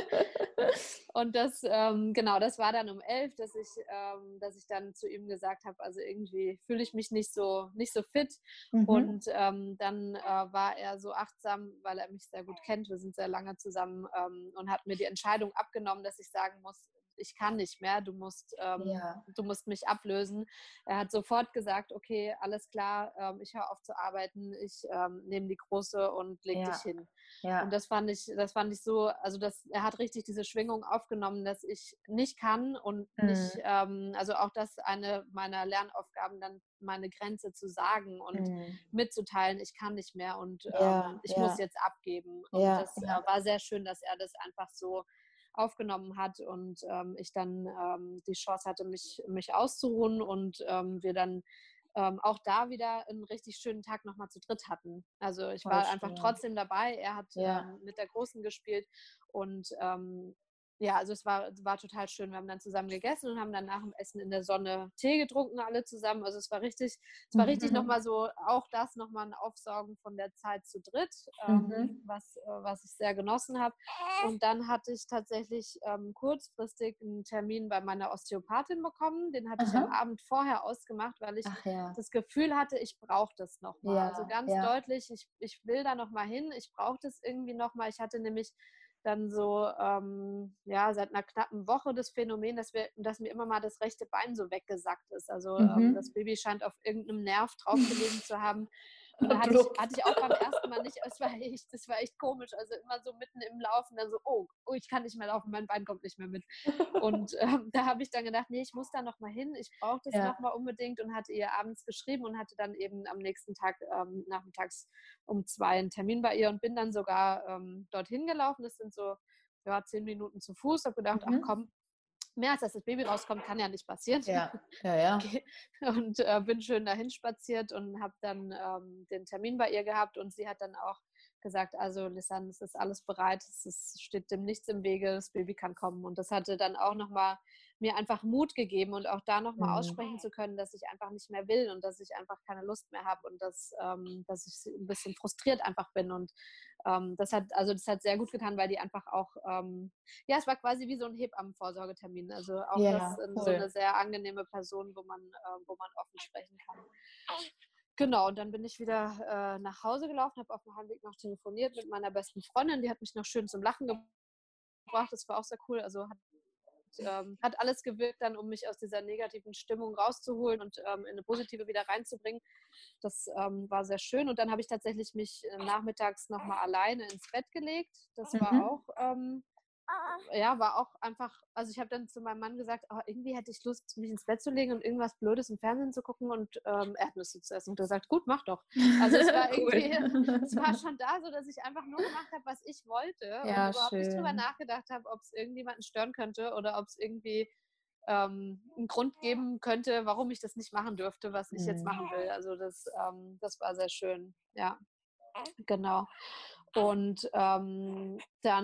Und das, genau, das war dann um 11, dass ich dann zu ihm gesagt habe, also irgendwie fühle ich mich nicht so fit. Und dann war er so achtsam, weil er mich sehr gut kennt, wir sind sehr lange zusammen und hat mir die Entscheidung abgenommen, dass ich sagen muss, ich kann nicht mehr, du musst mich ablösen. Er hat sofort gesagt, okay, alles klar, ich höre auf zu arbeiten, ich nehme die Große und leg dich hin. Und das fand ich so, also er hat richtig diese Schwingung aufgenommen, dass ich nicht kann und nicht, also auch das eine meiner Lernaufgaben, dann meine Grenze zu sagen und mitzuteilen, ich kann nicht mehr und ich muss jetzt abgeben. Und das war sehr schön, dass er das einfach so aufgenommen hat und ich dann die Chance hatte, mich auszuruhen und wir dann auch da wieder einen richtig schönen Tag nochmal zu dritt hatten. Also ich war einfach trotzdem dabei. Er hat mit der Großen gespielt und also es war total schön. Wir haben dann zusammen gegessen und haben dann nach dem Essen in der Sonne Tee getrunken, alle zusammen. Also es war richtig nochmal so, auch das nochmal ein Aufsaugen von der Zeit zu dritt, was ich sehr genossen habe. Und dann hatte ich tatsächlich kurzfristig einen Termin bei meiner Osteopathin bekommen. Den hatte ich am Abend vorher ausgemacht, weil ich das Gefühl hatte, ich brauche das nochmal. Also ganz deutlich, ich will da nochmal hin, ich brauche das irgendwie nochmal. Ich hatte nämlich dann so seit einer knappen Woche das Phänomen, dass mir immer mal das rechte Bein so weggesackt ist. Also das Baby scheint auf irgendeinem Nerv draufgelegen zu haben. Und da hatte ich auch beim ersten Mal nicht, das war echt komisch. Also immer so mitten im Laufen dann so, oh, ich kann nicht mehr laufen, mein Bein kommt nicht mehr mit. Und da habe ich dann gedacht, nee, ich muss da nochmal hin, ich brauche das nochmal unbedingt und hatte ihr abends geschrieben und hatte dann eben am nächsten Tag nachmittags um 2 einen Termin bei ihr und bin dann sogar dorthin gelaufen. Das sind so 10 Minuten zu Fuß. Habe gedacht, ach komm, mehr als dass das Baby rauskommt, kann ja nicht passieren. Und bin schön dahin spaziert und habe dann den Termin bei ihr gehabt und sie hat dann auch gesagt, also Lisanne, es ist alles bereit, es steht dem nichts im Wege, das Baby kann kommen. Und das hatte dann auch nochmal mir einfach Mut gegeben und auch da nochmal aussprechen zu können, dass ich einfach nicht mehr will und dass ich einfach keine Lust mehr habe und dass ich ein bisschen frustriert einfach bin. Und das hat sehr gut getan, weil die einfach auch, es war quasi wie so ein Hebammenvorsorgetermin. Also auch das cool. So eine sehr angenehme Person, wo man offen sprechen kann. Genau, und dann bin ich wieder nach Hause gelaufen, habe auf dem Heimweg noch telefoniert mit meiner besten Freundin, die hat mich noch schön zum Lachen gebracht, das war auch sehr cool, also hat alles gewirkt dann, um mich aus dieser negativen Stimmung rauszuholen und in eine positive wieder reinzubringen. Das war sehr schön und dann habe ich tatsächlich mich nachmittags nochmal alleine ins Bett gelegt, das war auch war auch einfach, also ich habe dann zu meinem Mann gesagt, irgendwie hätte ich Lust, mich ins Bett zu legen und irgendwas Blödes im Fernsehen zu gucken und Erdnüsse zu essen. Und er sagt, gut, mach doch. Also es war irgendwie, es war schon da so, dass ich einfach nur gemacht habe, was ich wollte und überhaupt nicht drüber nachgedacht habe, ob es irgendjemanden stören könnte oder ob es irgendwie einen Grund geben könnte, warum ich das nicht machen dürfte, was ich jetzt machen will. Also das war sehr schön, ja, genau. Und dann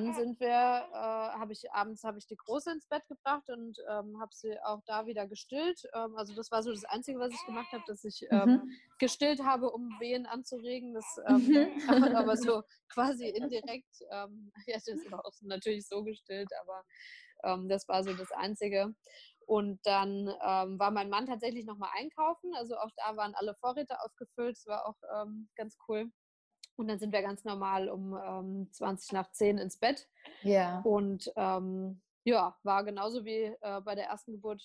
habe ich die Große ins Bett gebracht und habe sie auch da wieder gestillt. Also das war so das Einzige, was ich gemacht habe, dass ich gestillt habe, um Wehen anzuregen. Das aber so quasi indirekt. Ich hätte es auch natürlich so gestillt, aber das war so das Einzige. Und dann war mein Mann tatsächlich nochmal einkaufen. Also auch da waren alle Vorräte aufgefüllt. Das war auch ganz cool. Und dann sind wir ganz normal um 20 nach 10 ins Bett. Ja. Und Ja, war genauso wie, bei der ersten Geburt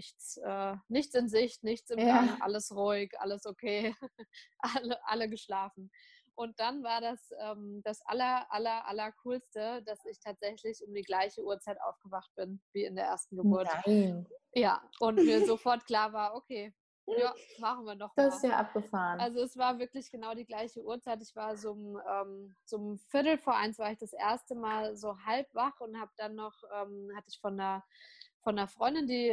nichts in Sicht, nichts im Gang, Ja. alles ruhig, alles okay, alle geschlafen. Und dann war das Allercoolste, dass ich tatsächlich um die gleiche Uhrzeit aufgewacht bin wie in der ersten Geburt. Nein. Ja, und mir sofort klar war: „Okay, ja, machen wir noch Das ist mal.“ ja abgefahren. Also, es war wirklich genau die gleiche Uhrzeit. Ich war so um 1 war ich das erste Mal so halb wach und habe dann noch hatte ich von 'ner Freundin, die,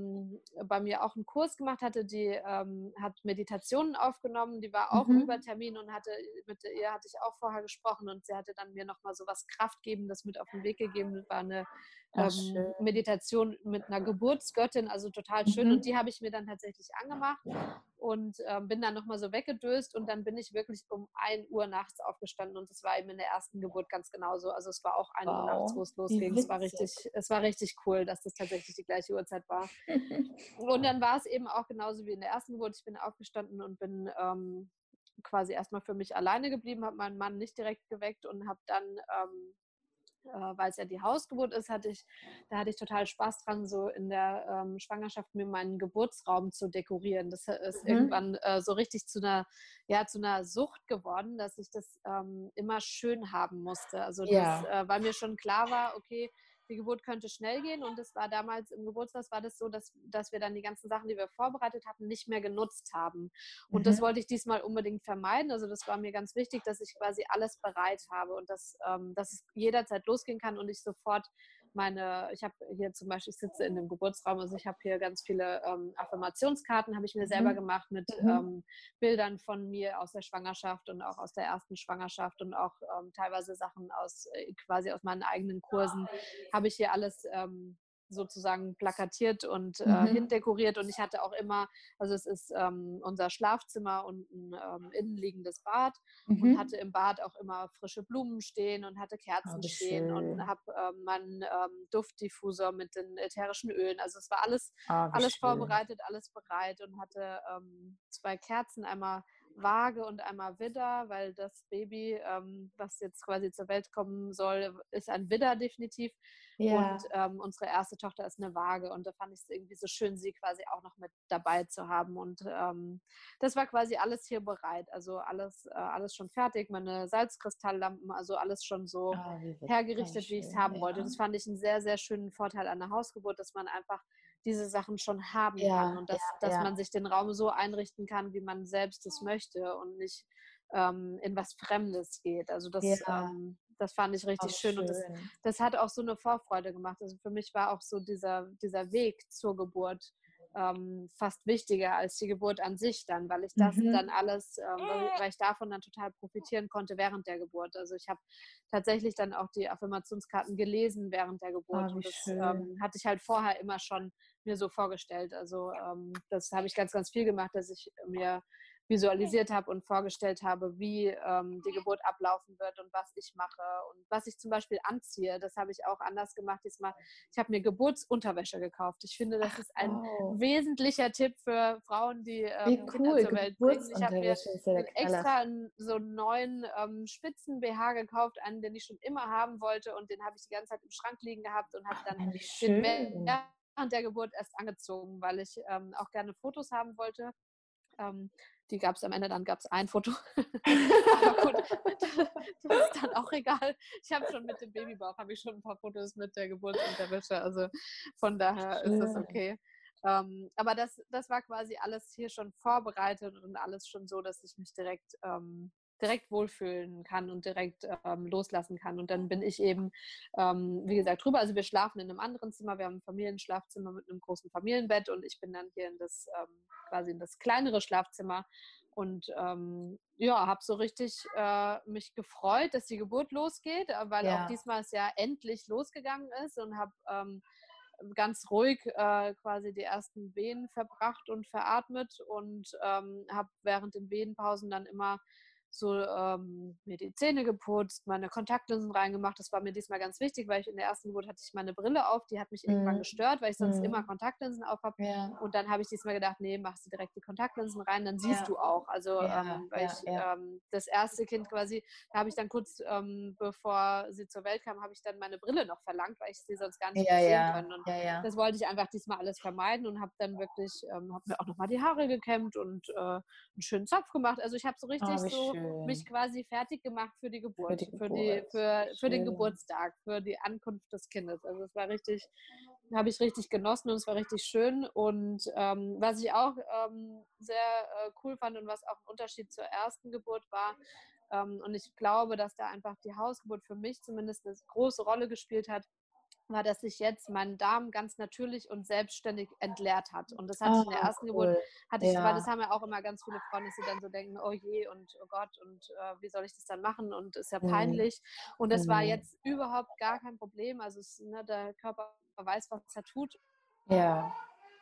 bei mir auch 'n Kurs gemacht hatte, die, hat Meditationen aufgenommen. Die war auch über Mhm. Termin und mit ihr hatte ich auch vorher gesprochen und sie hatte dann mir noch mal so was Kraftgebendes mit auf 'n Weg gegeben. Das war 'ne, Ach schön. Meditation mit 'ner Geburtsgöttin, also total schön und Mhm. die habe ich mir dann tatsächlich angemacht und, bin dann noch mal so weggedöst und dann bin ich wirklich um 1 Uhr nachts aufgestanden und das war eben in der ersten Geburt ganz genauso. Also, es war auch 1 Uhr nachts, wo Wow, es wie losging. witzig. Es war richtig cool, dass das tatsächlich die gleiche Uhrzeit war. Und dann war es eben auch genauso wie in der ersten Geburt. Ich bin aufgestanden und bin, quasi erst mal für mich alleine geblieben, habe meinen Mann nicht direkt geweckt und habe dann, weil es ja die Hausgeburt ist, hatte ich total Spaß dran, so in der, Schwangerschaft mir meinen Geburtsraum zu dekorieren. Das ist Mhm. irgendwann, so richtig zu 'ner Sucht geworden, dass ich das, immer schön haben musste. Also, Ja. weil mir schon klar war, okay, die Geburt könnte schnell gehen und das war damals im Geburtshaus war das so, dass wir dann die ganzen Sachen, die wir vorbereitet hatten, nicht mehr genutzt haben. Und das Mhm. wollte ich diesmal unbedingt vermeiden. Also, das war mir ganz wichtig, dass ich quasi alles bereit habe und dass es jederzeit losgehen kann und ich sofort ich habe hier zum Beispiel, ich sitze in dem Geburtsraum, also ich habe hier ganz viele Affirmationskarten, habe ich mir selber Mhm. gemacht mit Mhm. Bildern von mir aus der Schwangerschaft und auch aus der ersten Schwangerschaft und auch teilweise Sachen quasi aus meinen eigenen Kursen, habe ich hier alles sozusagen plakatiert und Mhm. hindekoriert und ich hatte auch immer, also es ist unser Schlafzimmer und ein innenliegendes Bad und hatte Mhm. im Bad auch immer frische Blumen stehen und hatte Oh, Kerzen wie stehen und schön. habe meinen Duftdiffusor mit den ätherischen Ölen. Also es war Oh, wie alles schön. vorbereitet, alles bereit und hatte 2 Kerzen, einmal Waage und einmal Widder, weil das Baby, was jetzt quasi zur Welt kommen soll, ist ein Widder definitiv. Und Ja, unsere erste Tochter ist eine Waage. Und da fand ich es irgendwie so schön, sie quasi auch noch mit dabei zu haben. Und das war quasi alles hier bereit. Also alles schon fertig, meine Salzkristalllampen, also alles schon so wie hergerichtet, wie ich es schön, haben wollte. ja. Das fand ich einen sehr, sehr schönen Vorteil an der Hausgeburt, dass man einfach diese Sachen schon haben kann Ja, und ja, dass ja, man sich den Raum so einrichten kann, wie man selbst es möchte und nicht in was Fremdes geht. Also ja. das fand ich Oh, richtig wie schön und schön. das hat auch so eine Vorfreude gemacht. Also für mich war auch so dieser Weg zur Geburt fast wichtiger als die Geburt an sich dann, weil ich das dann Mhm. alles, weil ich davon dann total profitieren konnte während der Geburt. Also ich habe tatsächlich dann auch die Affirmationskarten gelesen während der Geburt Oh, wie und das schön. hatte ich halt vorher immer schon mir so vorgestellt. Also das habe ich ganz, ganz viel gemacht, dass ich mir visualisiert habe und vorgestellt habe, wie die Geburt ablaufen wird und was ich mache und was ich zum Beispiel anziehe. Das habe ich auch anders gemacht diesmal. Ich habe mir Geburtsunterwäsche gekauft. Ich finde, das Ach, ist ein wow. wesentlicher Tipp für Frauen, die Wie Kinder cool. zur Welt bringen. Ich habe mir Geburtsunterwäsche ist ja der Knaller. extra so einen neuen Spitzen-BH gekauft, einen, den ich schon immer haben wollte und den habe ich die ganze Zeit im Schrank liegen gehabt und habe Ach dann nein, wie den schön. während der Geburt erst angezogen, weil ich auch gerne Fotos haben wollte. Ähm, die gab es am Ende, dann gab es ein Foto. Aber gut, das ist dann auch egal. Ich habe schon mit dem Babybauch, habe ich schon ein paar Fotos mit der Geburtsunterwäsche. Also von daher ist das Schön. okay. Aber das war quasi alles hier schon vorbereitet und alles schon so, dass ich mich direkt wohlfühlen kann und direkt loslassen kann. Und dann bin ich eben, wie gesagt, drüber. Also wir schlafen in einem anderen Zimmer. Wir haben ein Familienschlafzimmer mit einem großen Familienbett und ich bin dann hier quasi in das kleinere Schlafzimmer und ja, habe so richtig mich gefreut, dass die Geburt losgeht, weil auch Ja, diesmal es ja endlich losgegangen ist und habe ganz ruhig quasi die ersten Wehen verbracht und veratmet und habe während den Wehenpausen dann immer mir die Zähne geputzt, meine Kontaktlinsen reingemacht. Das war mir diesmal ganz wichtig, weil in der ersten Geburt hatte ich meine Brille auf, die hat mich irgendwann gestört, weil ich sonst immer Kontaktlinsen auf habe. Ja. Und dann habe ich diesmal gedacht, nee, machst du direkt die Kontaktlinsen rein, dann siehst Ja. du auch. Also Ja, weil ja, ich ja. das erste Kind quasi, da habe ich dann kurz, bevor sie zur Welt kam, habe ich dann meine Brille noch verlangt, weil ich sie sonst gar nicht Ja, mehr sehen ja, können. Und ja, ja. das wollte ich einfach diesmal alles vermeiden und habe dann wirklich, habe mir auch nochmal die Haare gekämmt und einen schönen Zopf gemacht. Also ich habe so richtig Oh, wie so mich schön. quasi fertig gemacht für die Für Geburt, die Geburt. für den Schön. Geburtstag, für die Ankunft des Kindes. Also es war richtig, habe ich richtig genossen und es war richtig schön. Und was ich auch sehr cool fand und was auch ein Unterschied zur ersten Geburt war, und ich glaube, dass da einfach die Hausgeburt für mich zumindest eine große Rolle gespielt hat, war, dass sich jetzt mein Darm ganz natürlich und selbstständig entleert hat. Und das hatte ich in der Ah, ersten Geburt, cool. weil das Ja. haben ja auch immer ganz viele Frauen, dass sie dann so denken, oh je und oh Gott und wie soll ich das dann machen und ist ja Mhm. peinlich. Und das war Mhm. jetzt überhaupt gar kein Problem. Also der Körper weiß, was er tut Ja.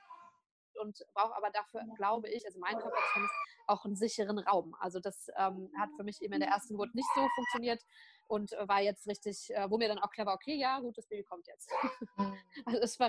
und brauche aber dafür, glaube ich, also mein Körper zumindest, auch einen sicheren Raum. Also das hat für mich eben in der ersten Geburt nicht so funktioniert und war jetzt richtig, wo mir dann auch klar war, okay, ja, gut, das Baby kommt jetzt. Mhm. Also es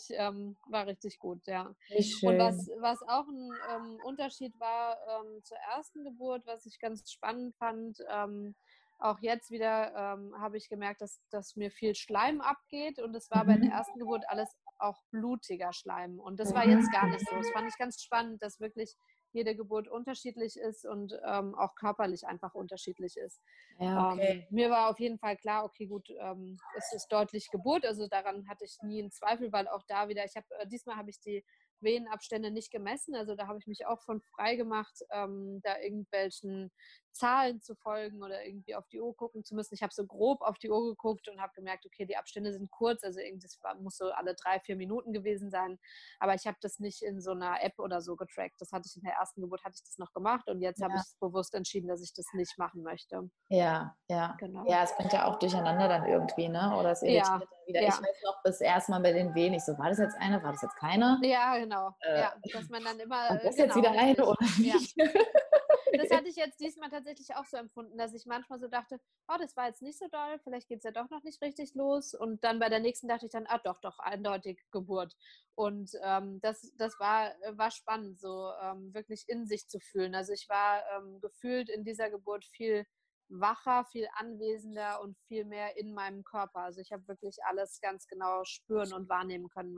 war richtig gut, ja. Wie Und schön. was auch ein Unterschied war zur ersten Geburt, was ich ganz spannend fand, auch jetzt wieder habe ich gemerkt, dass mir viel Schleim abgeht und es war bei der Mhm. ersten Geburt alles auch blutiger Schleim und das war Mhm. jetzt gar nicht so. Das fand ich ganz spannend, dass wirklich jede Geburt unterschiedlich ist und auch körperlich einfach unterschiedlich ist. Ja, okay. Mir war auf jeden Fall klar, okay, gut, es ist deutlich Geburt, also daran hatte ich nie einen Zweifel, weil auch da wieder, diesmal habe ich die Venenabstände nicht gemessen, also da habe ich mich auch von frei gemacht, da irgendwelchen Zahlen zu folgen oder irgendwie auf die Uhr gucken zu müssen. Ich habe so grob auf die Uhr geguckt und habe gemerkt, okay, die Abstände sind kurz, also muss so alle 3-4 Minuten gewesen sein, aber ich habe das nicht in so einer App oder so getrackt. Das hatte ich in der ersten Geburt, hatte ich das noch gemacht und jetzt habe Ja. ich bewusst entschieden, dass ich das nicht machen möchte. Ja, ja. Genau. Ja, es bringt ja auch durcheinander dann irgendwie, ne? Oder es Ja, irritiert dann wieder. Ich ja. weiß noch, das erste Mal bei den Wehen, ich so: „War das jetzt eine? War das jetzt keine? Ja, genau. Äh, Ja, dass man dann immer, Kommt das jetzt genau, wieder eine richtig. oder Ja. nicht?“ Das hatte ich jetzt diesmal tatsächlich auch so empfunden, dass ich manchmal so dachte, oh, das war jetzt nicht so doll, vielleicht geht es ja doch noch nicht richtig los. Und dann bei der nächsten dachte ich dann, ah, doch, eindeutig Geburt. Und das war spannend, so wirklich in sich zu fühlen. Also ich war gefühlt in dieser Geburt viel wacher, viel anwesender und viel mehr in meinem Körper. Also ich habe wirklich alles ganz genau spüren und wahrnehmen können,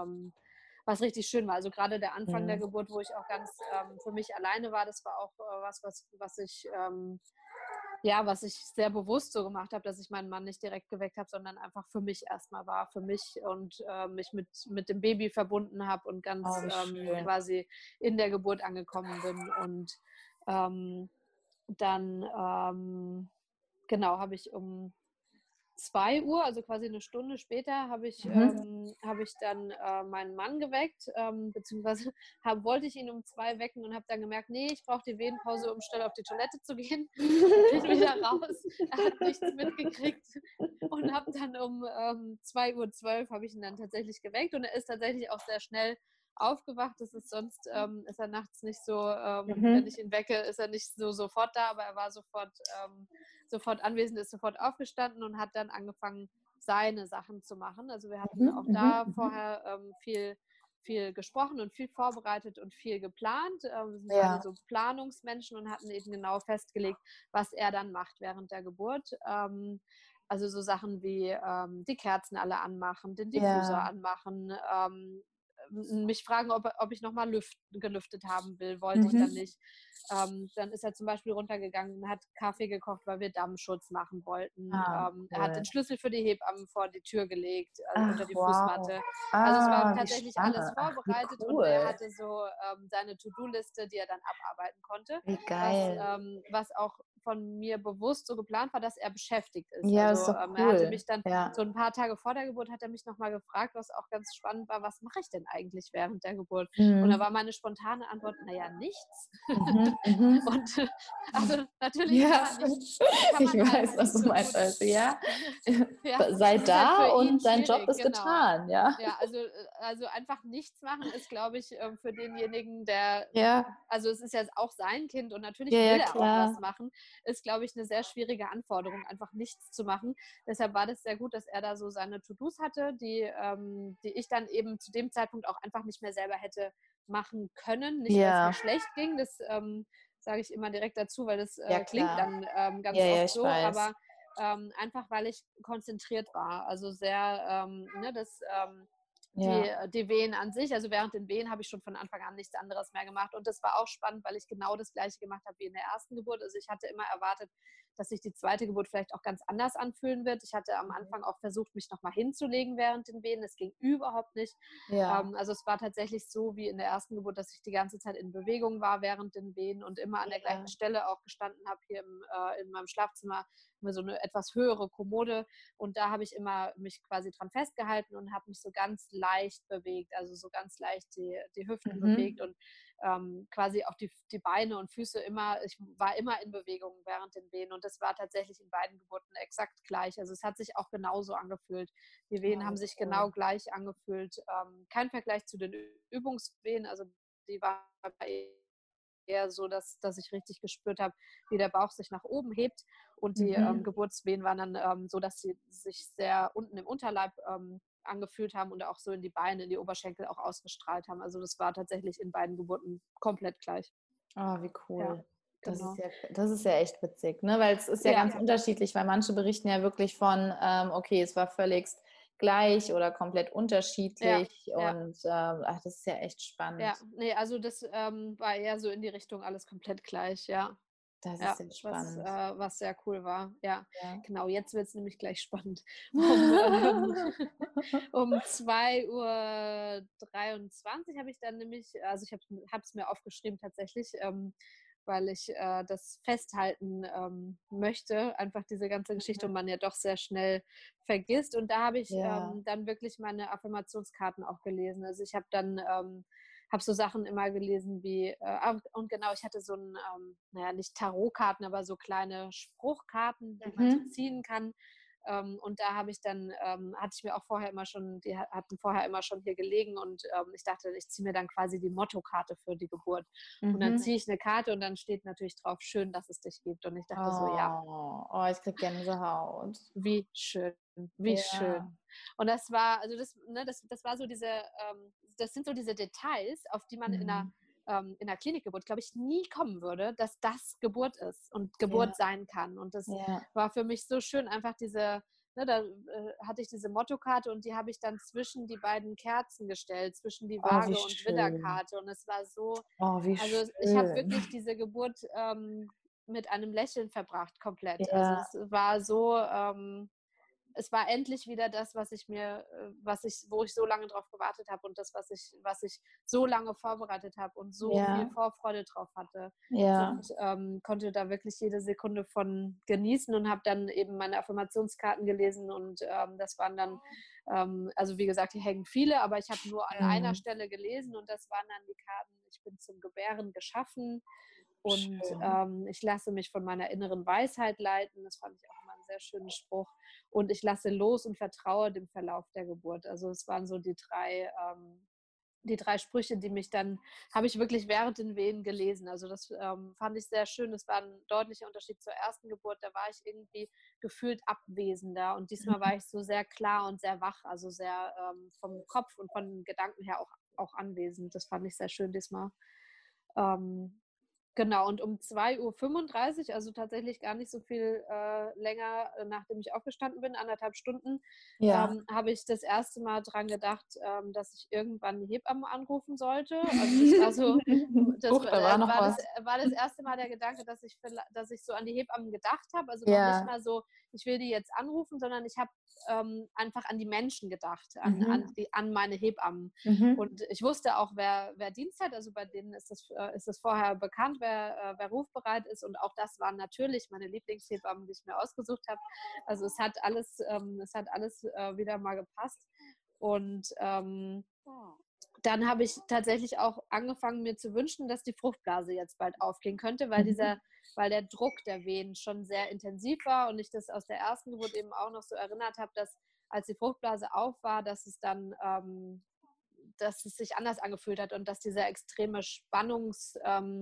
was richtig schön war. Also gerade der Anfang der Mhm. Geburt, wo ich auch ganz für mich alleine war, das war auch was ich sehr bewusst so gemacht habe, dass ich meinen Mann nicht direkt geweckt habe, sondern einfach für mich erstmal war, für mich und mich mit dem Baby verbunden habe und Oh, ganz wie schön. quasi in der Geburt angekommen bin. Und dann, genau, habe ich um 2 Uhr, also quasi eine Stunde später, Mhm. habe ich dann meinen Mann geweckt, beziehungsweise wollte ich ihn um 2 wecken und habe dann gemerkt, nee, ich brauche die Wehenpause, um schnell auf die Toilette zu gehen. Bin wieder raus, er hat nichts mitgekriegt und habe dann um 2:12 Uhr habe ich ihn dann tatsächlich geweckt und er ist tatsächlich auch sehr schnell aufgewacht. Das ist sonst, ist er nachts nicht so, wenn Mhm. ich ihn wecke, ist er nicht so sofort da, aber er war sofort anwesend, ist sofort aufgestanden und hat dann angefangen, seine Sachen zu machen. Also wir hatten Mhm. auch Mhm. da Mhm. vorher viel gesprochen und viel vorbereitet und viel geplant. Wir sind beide Ja. so Planungsmenschen und hatten eben genau festgelegt, was er dann macht während der Geburt. Also so Sachen wie die Kerzen alle anmachen, den Diffusor Ja. anmachen, mich fragen, ob ich nochmal gelüftet haben will, wollte ich dann Mhm. nicht. Dann ist er zum Beispiel runtergegangen und hat Kaffee gekocht, weil wir Dammschutz machen wollten. Ah, Er hat cool. den Schlüssel für die Hebammen vor die Tür gelegt, also unter Ach, die wow. Fußmatte. Also es war Ah, wie tatsächlich alles spannend. Ach, wie vorbereitet und er cool. hatte so seine To-Do-Liste, die er dann abarbeiten konnte, Wie geil. was auch von mir bewusst so geplant war, dass er beschäftigt ist. Ja, ist Also doch er hatte cool. mich dann Ja. so ein paar Tage vor der Geburt hat er mich nochmal gefragt, was auch ganz spannend war, was mache ich denn eigentlich während der Geburt? Und da Mhm. war meine spontane Antwort, naja, nichts. Mhm. Mhm. Und also natürlich Ja, kann ich man halt weiß, was nicht du so meinst. gut, Also, ja, ja, sei es ist halt da für ihn und dein Job schwierig, ist genau. getan, ja. Ja, also einfach nichts machen ist, glaube ich, für denjenigen, der, Ja, also es ist ja auch sein Kind und ja, natürlich ja, will er auch was klar. machen, ist, glaube ich, eine sehr schwierige Anforderung, einfach nichts zu machen. Deshalb war das sehr gut, dass er da so seine To-Dos hatte, die ich dann eben zu dem Zeitpunkt auch einfach nicht mehr selber hätte machen können. Nicht, weil es mir schlecht ging, das sage ich immer direkt dazu, weil das klingt dann ganz oft ich so, weiß. aber einfach, weil ich konzentriert war. Also sehr, die Wehen an sich, also während den Wehen habe ich schon von Anfang an nichts anderes mehr gemacht. Und das war auch spannend, weil ich genau das Gleiche gemacht habe wie in der ersten Geburt. Also ich hatte immer erwartet, dass sich die zweite Geburt vielleicht auch ganz anders anfühlen wird. Ich hatte am Anfang auch versucht, mich nochmal hinzulegen während den Wehen. Das ging überhaupt nicht. Ja. Also es war tatsächlich so wie in der ersten Geburt, dass ich die ganze Zeit in Bewegung war während den Wehen und immer an der gleichen Stelle auch gestanden habe, hier in meinem Schlafzimmer, so eine etwas höhere Kommode, und da habe ich immer mich quasi dran festgehalten und habe mich so ganz leicht bewegt, also so ganz leicht die Hüften bewegt und quasi auch die Beine und Füße immer, ich war immer in Bewegung während den Wehen, und das war tatsächlich in beiden Geburten exakt gleich. Also es hat sich auch genauso angefühlt. Die Wehen haben sich genau gleich angefühlt. Kein Vergleich zu den Übungswehen, also die waren eher so, dass ich richtig gespürt habe, wie der Bauch sich nach oben hebt, und die Geburtswehen waren dann so, dass sie sich sehr unten im Unterleib angefühlt haben und auch so in die Beine, in die Oberschenkel auch ausgestrahlt haben. Also das war tatsächlich in beiden Geburten komplett gleich. Oh, wie cool. Ja, genau. Das ist ja echt witzig, ne? Weil es ist ja ganz unterschiedlich, weil manche berichten ja wirklich von, okay, es war völligst gleich oder komplett unterschiedlich und das ist ja echt spannend. Ja, nee, also das war eher so in die Richtung alles komplett gleich, ja. Das ist sehr spannend. Was sehr cool war. Ja, Ja. genau, jetzt wird es nämlich gleich spannend. Um 2:23 habe ich dann nämlich, also ich habe es mir aufgeschrieben tatsächlich, weil ich das festhalten möchte, einfach diese ganze Geschichte, und man ja doch sehr schnell vergisst. Und da habe ich dann wirklich meine Affirmationskarten auch gelesen. Also ich habe dann habe so Sachen immer gelesen wie, und genau, ich hatte so ein, nicht Tarotkarten, aber so kleine Spruchkarten, die man so ziehen kann. Und da habe ich dann, hatte ich mir auch vorher immer schon, die hatten vorher immer schon hier gelegen, und ich dachte, ich ziehe mir dann quasi die Mottokarte für die Geburt. Und dann ziehe ich eine Karte und dann steht natürlich drauf, schön, dass es dich gibt. Und ich dachte so, ja. Oh, ich krieg Gänsehaut. Wie schön, wie schön. Und das war, also das war so das sind so diese Details, auf die man in einer Klinikgeburt, glaube ich, nie kommen würde, dass das Geburt ist und Geburt sein kann. Und das war für mich so schön, einfach da hatte ich diese Mottokarte, und die habe ich dann zwischen die beiden Kerzen gestellt, zwischen die Waage und Widderkarte. Und es war so, also ich habe wirklich diese Geburt mit einem Lächeln verbracht, komplett. Also es war so, es war endlich wieder das, wo ich so lange drauf gewartet habe, und das, was ich so lange vorbereitet habe und so viel Vorfreude drauf hatte. Und konnte da wirklich jede Sekunde von genießen, und habe dann eben meine Affirmationskarten gelesen, und das waren dann, also wie gesagt, hier hängen viele, aber ich habe nur an einer Stelle gelesen, und das waren dann die Karten: Ich bin zum Gebären geschaffen, und ich lasse mich von meiner inneren Weisheit leiten. Das fand ich auch immer einen sehr schönen Spruch. Und ich lasse los und vertraue dem Verlauf der Geburt. Also es waren so die drei Sprüche, die mich dann, habe ich wirklich während den Wehen gelesen. Also das fand ich sehr schön. Das war ein deutlicher Unterschied zur ersten Geburt. Da war ich irgendwie gefühlt abwesender. Und diesmal war ich so sehr klar und sehr wach, also sehr vom Kopf und von den Gedanken her auch anwesend. Das fand ich sehr schön diesmal. Genau, und um 2:35 Uhr, also tatsächlich gar nicht so viel länger, nachdem ich aufgestanden bin, 1,5 Stunden, habe ich das erste Mal dran gedacht, dass ich irgendwann die Hebamme anrufen sollte. Also das war so, war das erste Mal der Gedanke, dass ich so an die Hebammen gedacht habe. Also noch nicht mal so, ich will die jetzt anrufen, sondern ich habe einfach an die Menschen gedacht, an meine Hebammen. Und ich wusste auch, wer Dienst hat. Also bei denen ist es vorher bekannt, wer rufbereit ist. Und auch das waren natürlich meine Lieblingshebammen, die ich mir ausgesucht habe. Also es hat alles wieder mal gepasst. Und dann habe ich tatsächlich auch angefangen, mir zu wünschen, dass die Fruchtblase jetzt bald aufgehen könnte, weil der Druck der Wehen schon sehr intensiv war, und ich das aus der ersten Geburt eben auch noch so erinnert habe, dass als die Fruchtblase auf war, dass es dann dass es sich anders angefühlt hat, und dass dieser extreme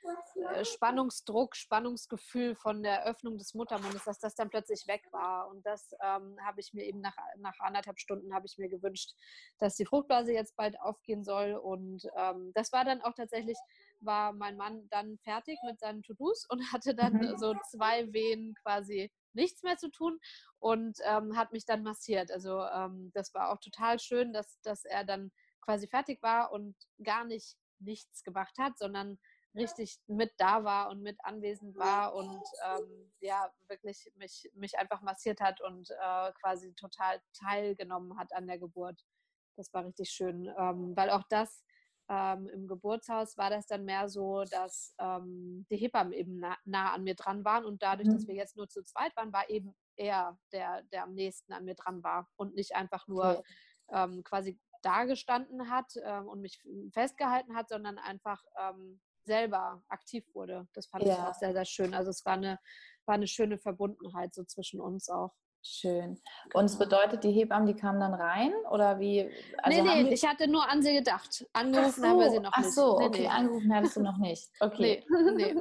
Spannungsdruck, Spannungsgefühl von der Öffnung des Muttermundes, dass das dann plötzlich weg war. Und das habe ich mir eben nach 1,5 Stunden habe ich mir gewünscht, dass die Fruchtblase jetzt bald aufgehen soll. Und das war dann auch tatsächlich, war mein Mann dann fertig mit seinen To-Dos und hatte dann so 2 Wehen quasi nichts mehr zu tun und hat mich dann massiert. Also das war auch total schön, dass er dann quasi fertig war und gar nicht nichts gemacht hat, sondern richtig mit da war und mit anwesend war und ja, wirklich mich einfach massiert hat und quasi total teilgenommen hat an der Geburt. Das war richtig schön, weil auch das im Geburtshaus war das dann mehr so, dass die Hebammen eben nah an mir dran waren und dadurch, dass wir jetzt nur zu zweit waren, war eben er der am nächsten an mir dran war und nicht einfach nur quasi da gestanden hat und mich festgehalten hat, sondern einfach selber aktiv wurde. Das fand ich auch sehr, sehr schön. Also es war eine schöne Verbundenheit so zwischen uns auch. Schön. Und es bedeutet, die Hebammen, die kamen dann rein oder wie? Also nee, ich hatte nur an sie gedacht. Angerufen haben wir sie noch nicht. Okay, angerufen hattest du noch nicht. Okay. Nee.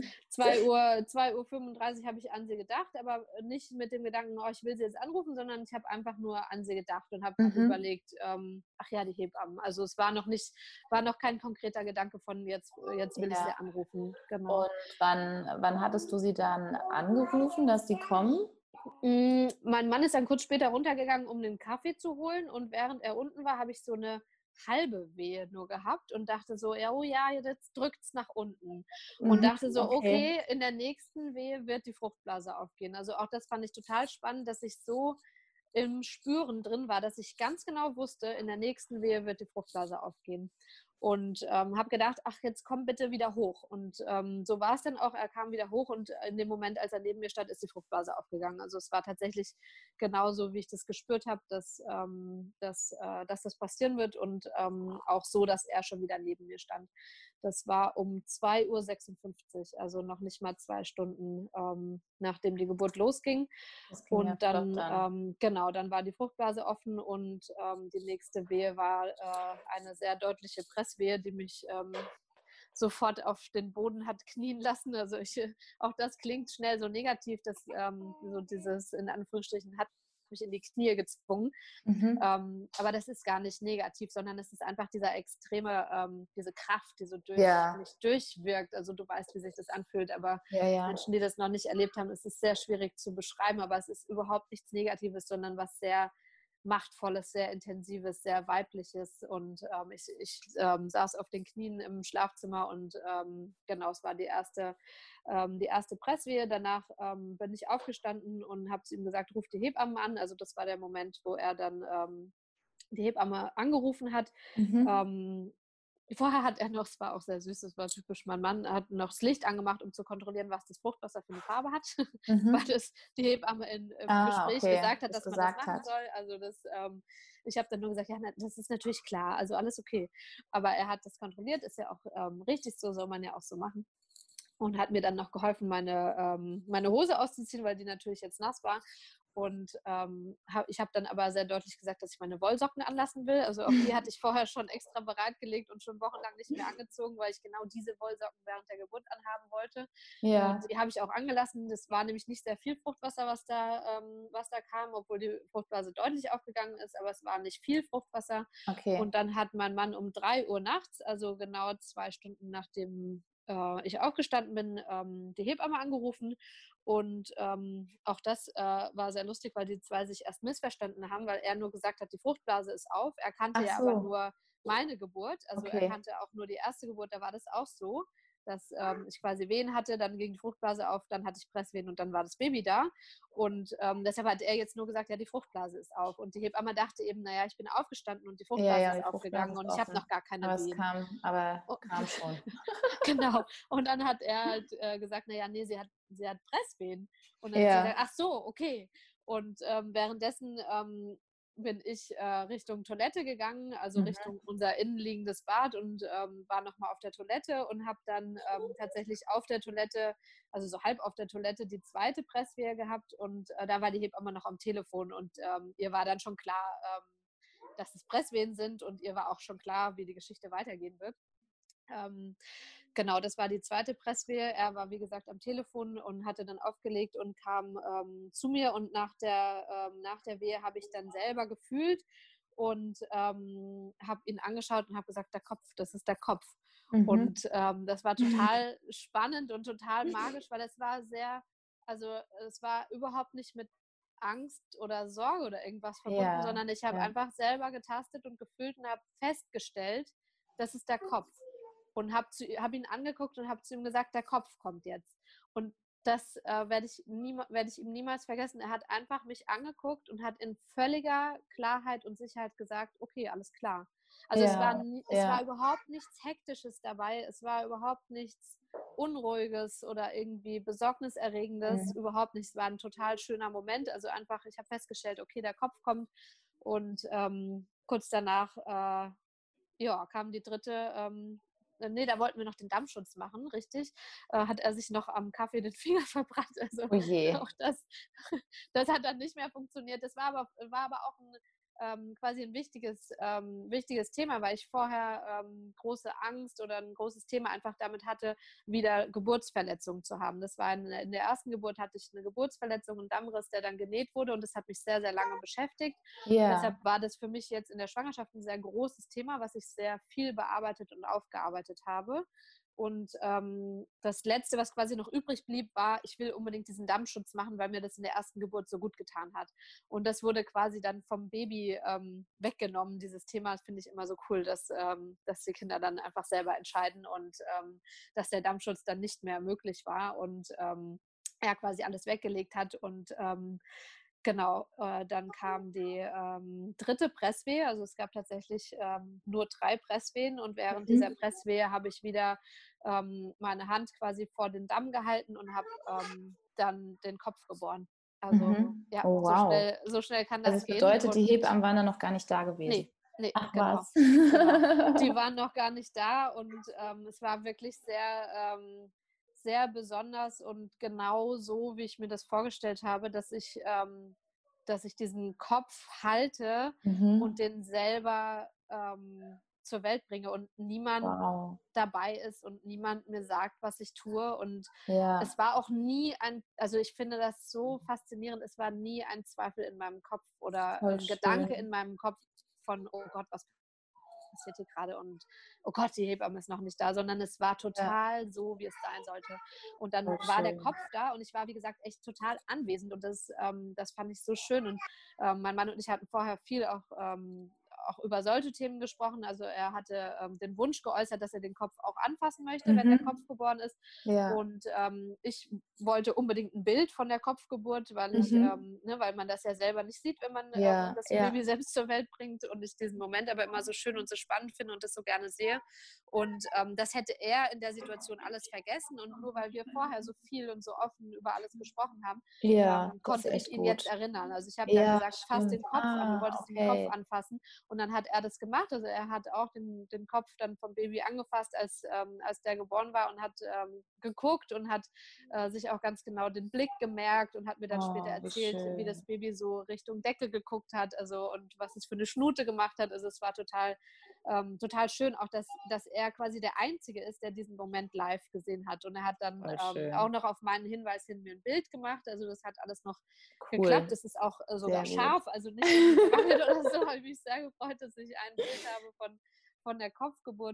2:35 Uhr habe ich an sie gedacht, aber nicht mit dem Gedanken, oh, ich will sie jetzt anrufen, sondern ich habe einfach nur an sie gedacht und habe überlegt, ach ja, die Hebammen. Also es war noch kein konkreter Gedanke von jetzt will ich sie anrufen. Genau. Und wann hattest du sie dann angerufen, dass die kommen? Mein Mann ist dann kurz später runtergegangen, um den Kaffee zu holen und während er unten war, habe ich so eine halbe Wehe nur gehabt und dachte so, ja, oh ja, jetzt drückt es nach unten. Und dachte so, okay, in der nächsten Wehe wird die Fruchtblase aufgehen. Also auch das fand ich total spannend, dass ich so im Spüren drin war, dass ich ganz genau wusste, in der nächsten Wehe wird die Fruchtblase aufgehen. Und habe gedacht, ach, jetzt komm bitte wieder hoch. Und so war es dann auch. Er kam wieder hoch und in dem Moment, als er neben mir stand, ist die Fruchtblase aufgegangen. Also es war tatsächlich genauso, wie ich das gespürt habe, dass das passieren wird und auch so, dass er schon wieder neben mir stand. Das war um 2:56 Uhr, also noch nicht mal 2 Stunden, nachdem die Geburt losging. Und dann, genau, dann war die Fruchtblase offen und die nächste Wehe war eine sehr deutliche Presswehe, die mich sofort auf den Boden hat knien lassen. Also auch das klingt schnell so negativ, dass so dieses in Anführungsstrichen hat mich in die Knie gezwungen. Aber das ist gar nicht negativ, sondern es ist einfach dieser extreme, diese Kraft, die so durch mich durchwirkt. Also du weißt, wie sich das anfühlt, aber Menschen, die das noch nicht erlebt haben, es ist sehr schwierig zu beschreiben, aber es ist überhaupt nichts Negatives, sondern was sehr Machtvolles, sehr Intensives, sehr Weibliches und ich saß auf den Knien im Schlafzimmer und genau, es war die erste Presswehe. Danach bin ich aufgestanden und habe zu ihm gesagt, ruf die Hebammen an. Also das war der Moment, wo er dann die Hebamme angerufen hat. Vorher hat er noch, es war auch sehr süß, das war typisch mein Mann, hat noch das Licht angemacht, um zu kontrollieren, was das Fruchtwasser für eine Farbe hat, weil das die Hebamme im Gespräch gesagt hat, dass man das machen soll. Also ich habe dann nur gesagt, ja, das ist natürlich klar, also alles okay. Aber er hat das kontrolliert, ist ja auch richtig so, soll man ja auch so machen. Und hat mir dann noch geholfen, meine Hose auszuziehen, weil die natürlich jetzt nass war. Und ich habe dann aber sehr deutlich gesagt, dass ich meine Wollsocken anlassen will. Also auch die hatte ich vorher schon extra bereitgelegt und schon wochenlang nicht mehr angezogen, weil ich genau diese Wollsocken während der Geburt anhaben wollte. Ja. Und die habe ich auch angelassen. Das war nämlich nicht sehr viel Fruchtwasser, was da kam, obwohl die Fruchtblase deutlich aufgegangen ist, aber es war nicht viel Fruchtwasser. Okay. Und dann hat mein Mann um 3 Uhr nachts, also genau 2 Stunden nachdem ich aufgestanden bin, die Hebamme angerufen und auch das war sehr lustig, weil die zwei sich erst missverstanden haben, weil er nur gesagt hat, die Fruchtblase ist auf. Er kannte ja aber nur meine Geburt, also er kannte auch nur die erste Geburt, da war das auch so, dass ich quasi Wehen hatte, dann ging die Fruchtblase auf, dann hatte ich Presswehen und dann war das Baby da. Und deshalb hat er jetzt nur gesagt, ja, die Fruchtblase ist auf. Und die Hebamme dachte eben, naja, ich bin aufgestanden und die Fruchtblase ist aufgegangen und ich habe noch gar keine Wehen. Kam schon. Genau. Und dann hat er halt gesagt, naja, nee, sie hat Presswehen. Und dann hat sie gesagt, ach so, okay. Und währenddessen bin ich Richtung Toilette gegangen, also Richtung unser innenliegendes Bad und war nochmal auf der Toilette und habe dann tatsächlich auf der Toilette, also so halb auf der Toilette, die zweite Presswehe gehabt und da war die Hebamme noch am Telefon und ihr war dann schon klar, dass es Presswehen sind und ihr war auch schon klar, wie die Geschichte weitergehen wird. Genau, das war die zweite Presswehe. Er war, wie gesagt, am Telefon und hatte dann aufgelegt und kam zu mir. Und nach der Wehe habe ich dann selber gefühlt und habe ihn angeschaut und habe gesagt, der Kopf, das ist der Kopf. Mhm. Und das war total spannend und total magisch, weil es war überhaupt nicht mit Angst oder Sorge oder irgendwas verbunden, Ja, sondern ich habe ja. einfach selber getastet und gefühlt und habe festgestellt, das ist der Kopf. Und hab ihn angeguckt und habe zu ihm gesagt, der Kopf kommt jetzt. Und das werd ich ihm niemals vergessen. Er hat einfach mich angeguckt und hat in völliger Klarheit und Sicherheit gesagt, okay, alles klar. Also Ja, es ja. war überhaupt nichts Hektisches dabei, es war überhaupt nichts Unruhiges oder irgendwie Besorgniserregendes, Mhm. überhaupt nicht. Es war ein total schöner Moment. Also einfach, ich habe festgestellt, okay, der Kopf kommt und kurz danach ja, kam die dritte, nee, da wollten wir noch den Dammschutz machen, richtig. Hat er sich noch am Kaffee den Finger verbrannt. Also Oh je. auch das hat dann nicht mehr funktioniert. Das war aber auch quasi ein wichtiges Thema, weil ich vorher große Angst oder ein großes Thema einfach damit hatte, wieder Geburtsverletzungen zu haben. Das war in der ersten Geburt hatte ich eine Geburtsverletzung, einen Dammriss, der dann genäht wurde und das hat mich sehr, sehr lange beschäftigt. Ja. Deshalb war das für mich jetzt in der Schwangerschaft ein sehr großes Thema, was ich sehr viel bearbeitet und aufgearbeitet habe. Und das Letzte, was quasi noch übrig blieb, war, ich will unbedingt diesen Dammschutz machen, weil mir das in der ersten Geburt so gut getan hat. Und das wurde quasi dann vom Baby weggenommen. Dieses Thema finde ich immer so cool, dass die Kinder dann einfach selber entscheiden und dass der Dammschutz dann nicht mehr möglich war und er quasi alles weggelegt hat. Und genau, dann kam die dritte Presswehe. Also es gab tatsächlich nur 3 Presswehen und während dieser Mhm. Presswehe habe ich wieder meine Hand quasi vor den Damm gehalten und habe dann den Kopf geboren. Also Mhm. ja, Oh, wow. so schnell kann Also das es gehen. bedeutet, die Und Hebammen waren dann noch gar nicht da gewesen. nee, nee, Ach genau, was. genau. Die waren noch gar nicht da und es war wirklich sehr besonders und genau so, wie ich mir das vorgestellt habe, dass ich diesen Kopf halte und Mhm. den selber zur Welt bringe und niemand Wow. dabei ist und niemand mir sagt, was ich tue. Und Ja, es war auch nie also ich finde das so faszinierend, es war nie ein Zweifel in meinem Kopf oder voll ein Gedanke in schön. meinem Kopf von, oh Gott, was passiert hier gerade und oh Gott, die Hebamme ist noch nicht da, sondern es war Ja, total so, wie es sein sollte. Und dann voll war der schön. Kopf da und ich war, wie gesagt, echt total anwesend und das fand ich so schön. Und mein Mann und ich hatten vorher viel auch über solche Themen gesprochen. Also er hatte den Wunsch geäußert, dass er den Kopf auch anfassen möchte, wenn der Kopf Mhm. geboren ist. Ja. Und ich wollte unbedingt ein Bild von der Kopfgeburt, Mhm. weil man das ja selber nicht sieht, wenn man Ja, das ja. Baby selbst zur Welt bringt und ich diesen Moment aber immer so schön und so spannend finde und das so gerne sehe. Und das hätte er in der Situation alles vergessen. Und nur weil wir vorher so viel und so offen über alles gesprochen haben, Ja, das ist konnte ich echt ihn jetzt gut. erinnern. Also ich habe dann Ja, gesagt, fass stimmt. den Kopf an. Du Ah, wolltest den Kopf okay. anfassen. Und dann hat er das gemacht. Also er hat auch den Kopf dann vom Baby angefasst, als der geboren war und hat geguckt und hat sich auch ganz genau den Blick gemerkt und hat mir dann später Oh, wie erzählt, wie das schön. Baby so Richtung Decke geguckt hat, also und was es für eine Schnute gemacht hat. Also es war total schön, auch dass er quasi der Einzige ist, der diesen Moment live gesehen hat. Und er hat dann Voll auch schön. noch auf meinen Hinweis hin mir ein Bild gemacht. Also das hat alles noch geklappt. Cool. Es ist auch sogar Sehr gut. scharf, also nicht irgendwie verwackelt oder so. Habe ich mich sehr gefreut, dass ich ein Bild habe von der Kopfgeburt,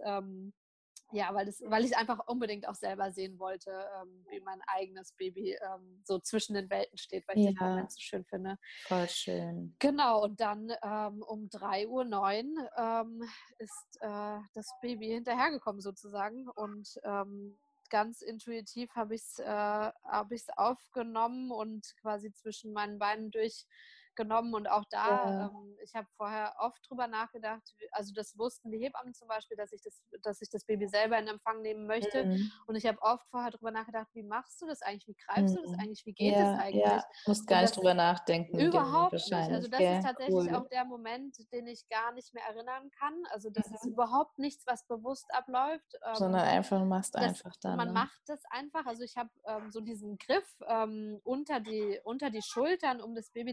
ja, weil ich einfach unbedingt auch selber sehen wollte, wie mein eigenes Baby so zwischen den Welten steht, weil ich diesen Ja, Moment so schön finde. voll schön. Genau, und dann um 3:09 Uhr ist das Baby hinterhergekommen sozusagen und ganz intuitiv hab ich's aufgenommen und quasi zwischen meinen Beinen durchgenommen und auch da, Ja. ich habe vorher oft drüber nachgedacht, also das wussten die Hebammen zum Beispiel, dass ich das Baby selber in Empfang nehmen möchte Mhm. und ich habe oft vorher drüber nachgedacht, wie machst du das eigentlich, wie greifst du das Mhm. eigentlich, wie geht es Ja, ja. eigentlich Musst gar und nicht das drüber nachdenken in dem Moment überhaupt nicht. Also wahrscheinlich, das ist gell? tatsächlich auch Cool. der Moment, den ich gar nicht mehr erinnern kann. Also das ist Mhm. überhaupt nichts, was bewusst abläuft. Sondern einfach du machst einfach dann, Man ne? macht das einfach. Also ich habe so diesen Griff unter die Schultern, um das Baby zu nehmen,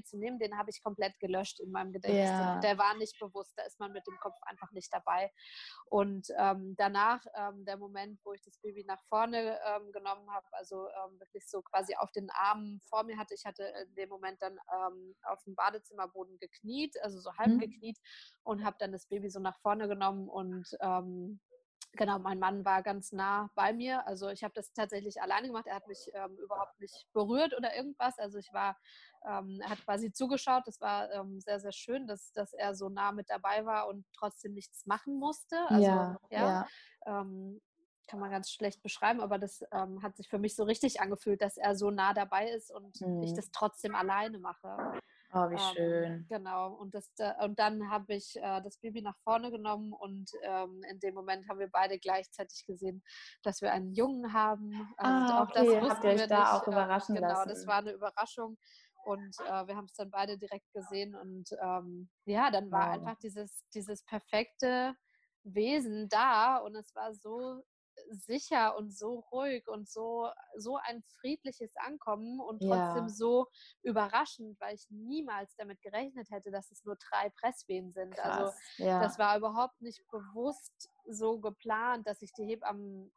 den habe ich komplett gelöscht in meinem Gedächtnis. Ja. Der war nicht bewusst, da ist man mit dem Kopf einfach nicht dabei. Und danach, der Moment, wo ich das Baby nach vorne genommen habe, also wirklich so quasi auf den Armen vor mir hatte, ich hatte in dem Moment dann auf dem Badezimmerboden gekniet, also so halb gekniet, und habe dann das Baby so nach vorne genommen und genau, mein Mann war ganz nah bei mir. Also ich habe das tatsächlich alleine gemacht. Er hat mich überhaupt nicht berührt oder irgendwas. Also er hat quasi zugeschaut. Das war sehr, sehr schön, dass er so nah mit dabei war und trotzdem nichts machen musste. Also Ja, ja, ja. kann man ganz schlecht beschreiben, aber das hat sich für mich so richtig angefühlt, dass er so nah dabei ist und ich das trotzdem alleine mache. Oh, wie schön. Genau, und dann habe ich das Baby nach vorne genommen und in dem Moment haben wir beide gleichzeitig gesehen, dass wir einen Jungen haben. Also auch das Okay. Habt ihr wussten euch wir da nicht. auch überraschen Genau, das lassen? war eine Überraschung und wir haben es dann beide direkt gesehen und ja, dann war Wow. einfach dieses perfekte Wesen da und es war so sicher und so ruhig und so ein friedliches Ankommen und trotzdem Ja, so überraschend, weil ich niemals damit gerechnet hätte, dass es nur 3 Presswehen sind. Also krass. Ja. das war überhaupt nicht bewusst so geplant, dass ich die Hebammen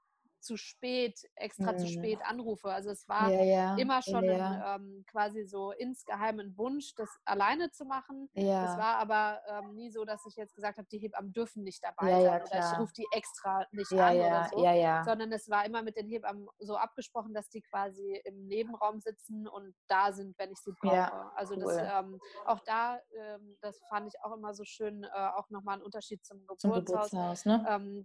extra zu Mhm. spät anrufe. Also es war Ja, ja, immer schon ja, quasi so insgeheim ein Wunsch, das alleine zu machen. Es ja, war aber nie so, dass ich jetzt gesagt habe, die Hebammen dürfen nicht dabei ja, ja, sein oder ich klar. rufe die extra nicht Ja, an oder ja, so, ja, ja, sondern es war immer mit den Hebammen so abgesprochen, dass die quasi im Nebenraum sitzen und da sind, wenn ich sie ja, brauche. Also cool. auch da, das fand ich auch immer so schön, auch nochmal ein Unterschied zum Zum Geburtshaus, Geburtshaus, ne?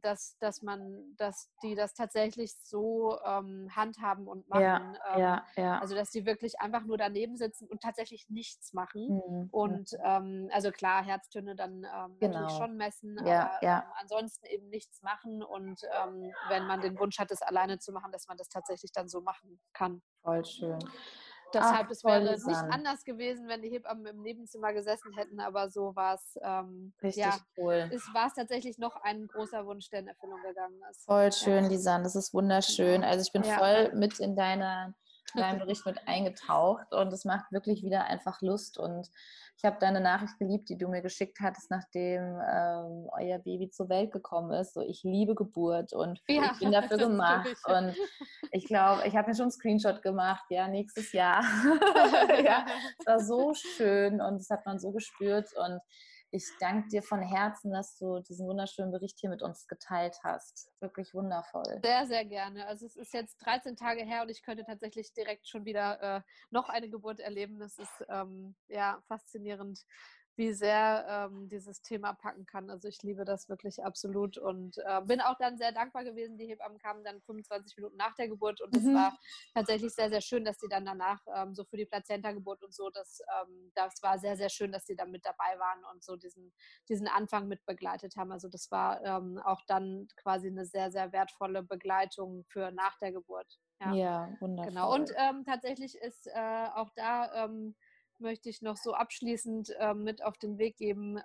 dass die das tatsächlich so handhaben und Ja, machen. ja, ja. Also dass die wirklich einfach nur daneben sitzen und tatsächlich nichts machen. Mhm. Mhm. Und also klar, Herztöne dann natürlich Genau. schon messen, Ja, aber ja, ansonsten eben nichts machen. Und wenn man den Wunsch hat, es alleine zu machen, dass man das tatsächlich dann so machen kann. voll schön. Ach, Deshalb, es toll, wäre nicht Lisanne. anders gewesen, wenn die Hebammen im Nebenzimmer gesessen hätten, aber so war es, Richtig ja, cool. war es tatsächlich noch ein großer Wunsch, der in Erfüllung gegangen ist. Voll Ja, schön, Lisanne. Das ist wunderschön. genau. Also ich bin Ja, voll mit in deinen Bericht mit eingetaucht und es macht wirklich wieder einfach Lust. Und ich habe deine Nachricht geliebt, die du mir geschickt hattest, nachdem euer Baby zur Welt gekommen ist. So, ich liebe Geburt und ja, ich bin dafür das tue gemacht. ich. Und ich glaube, ich habe mir schon einen Screenshot gemacht, ja, nächstes Jahr. Ja, es war so schön und das hat man so gespürt. Und ich danke dir von Herzen, dass du diesen wunderschönen Bericht hier mit uns geteilt hast. Wirklich wundervoll. Sehr, sehr gerne. Also es ist jetzt 13 Tage her und ich könnte tatsächlich direkt schon wieder noch eine Geburt erleben. Das ist ja faszinierend, wie sehr dieses Thema packen kann. Also ich liebe das wirklich absolut und bin auch dann sehr dankbar gewesen. Die Hebammen kamen dann 25 Minuten nach der Geburt und es Mhm. war tatsächlich sehr, sehr schön, dass die dann danach so für die Plazenta-Geburt und so, das war sehr, sehr schön, dass die dann mit dabei waren und so diesen Anfang mit begleitet haben. Also das war auch dann quasi eine sehr, sehr wertvolle Begleitung für nach der Geburt. Ja, Ja, genau. Und wundervoll. tatsächlich ist auch da möchte ich noch so abschließend mit auf den Weg geben.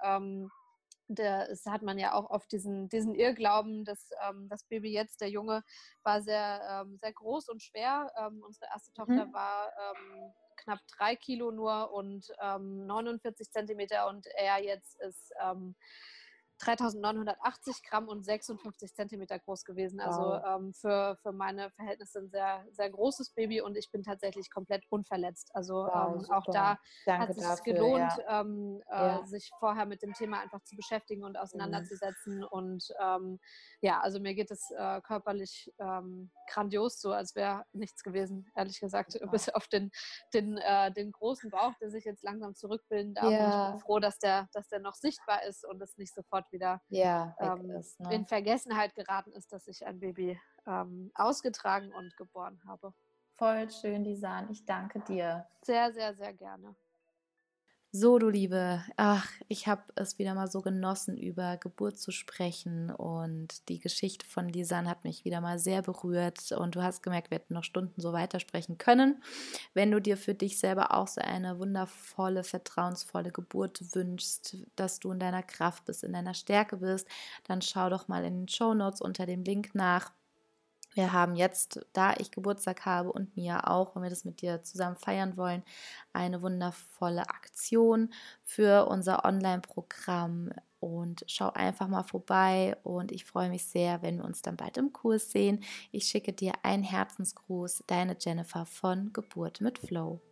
Das hat man ja auch oft diesen Irrglauben, dass das Baby jetzt, der Junge, war sehr groß und schwer. Unsere erste Tochter Mhm. war knapp 3 Kilo nur und 49 Zentimeter und er jetzt ist 3.980 Gramm und 56 Zentimeter groß gewesen. Also Wow. für meine Verhältnisse ein sehr, sehr großes Baby und ich bin tatsächlich komplett unverletzt. Also Wow, auch super. da hat Danke es sich dafür, gelohnt, ja. Ja. sich vorher mit dem Thema einfach zu beschäftigen und Mhm. auseinanderzusetzen. Und ja, also mir geht es körperlich grandios so, als wäre nichts gewesen, ehrlich gesagt, Super. bis auf den großen Bauch, der sich jetzt langsam zurückbilden darf. Und ich bin Ja, froh, dass der noch sichtbar ist und es nicht sofort wieder ja, weg ist, in ne? Vergessenheit geraten ist, dass ich ein Baby ausgetragen und geboren habe. Voll schön, Lisan. Ich danke dir. Sehr, sehr, sehr gerne. So, du Liebe, ach, ich habe es wieder mal so genossen, über Geburt zu sprechen und die Geschichte von Lisanne hat mich wieder mal sehr berührt und du hast gemerkt, wir hätten noch Stunden so weitersprechen können. Wenn du dir für dich selber auch so eine wundervolle, vertrauensvolle Geburt wünschst, dass du in deiner Kraft bist, in deiner Stärke bist, dann schau doch mal in den Shownotes unter dem Link nach. Wir haben jetzt, da ich Geburtstag habe und Mia auch, und wir das mit dir zusammen feiern wollen, eine wundervolle Aktion für unser Online-Programm. Und schau einfach mal vorbei und ich freue mich sehr, wenn wir uns dann bald im Kurs sehen. Ich schicke dir einen Herzensgruß, deine Jennifer von Geburt mit Flow.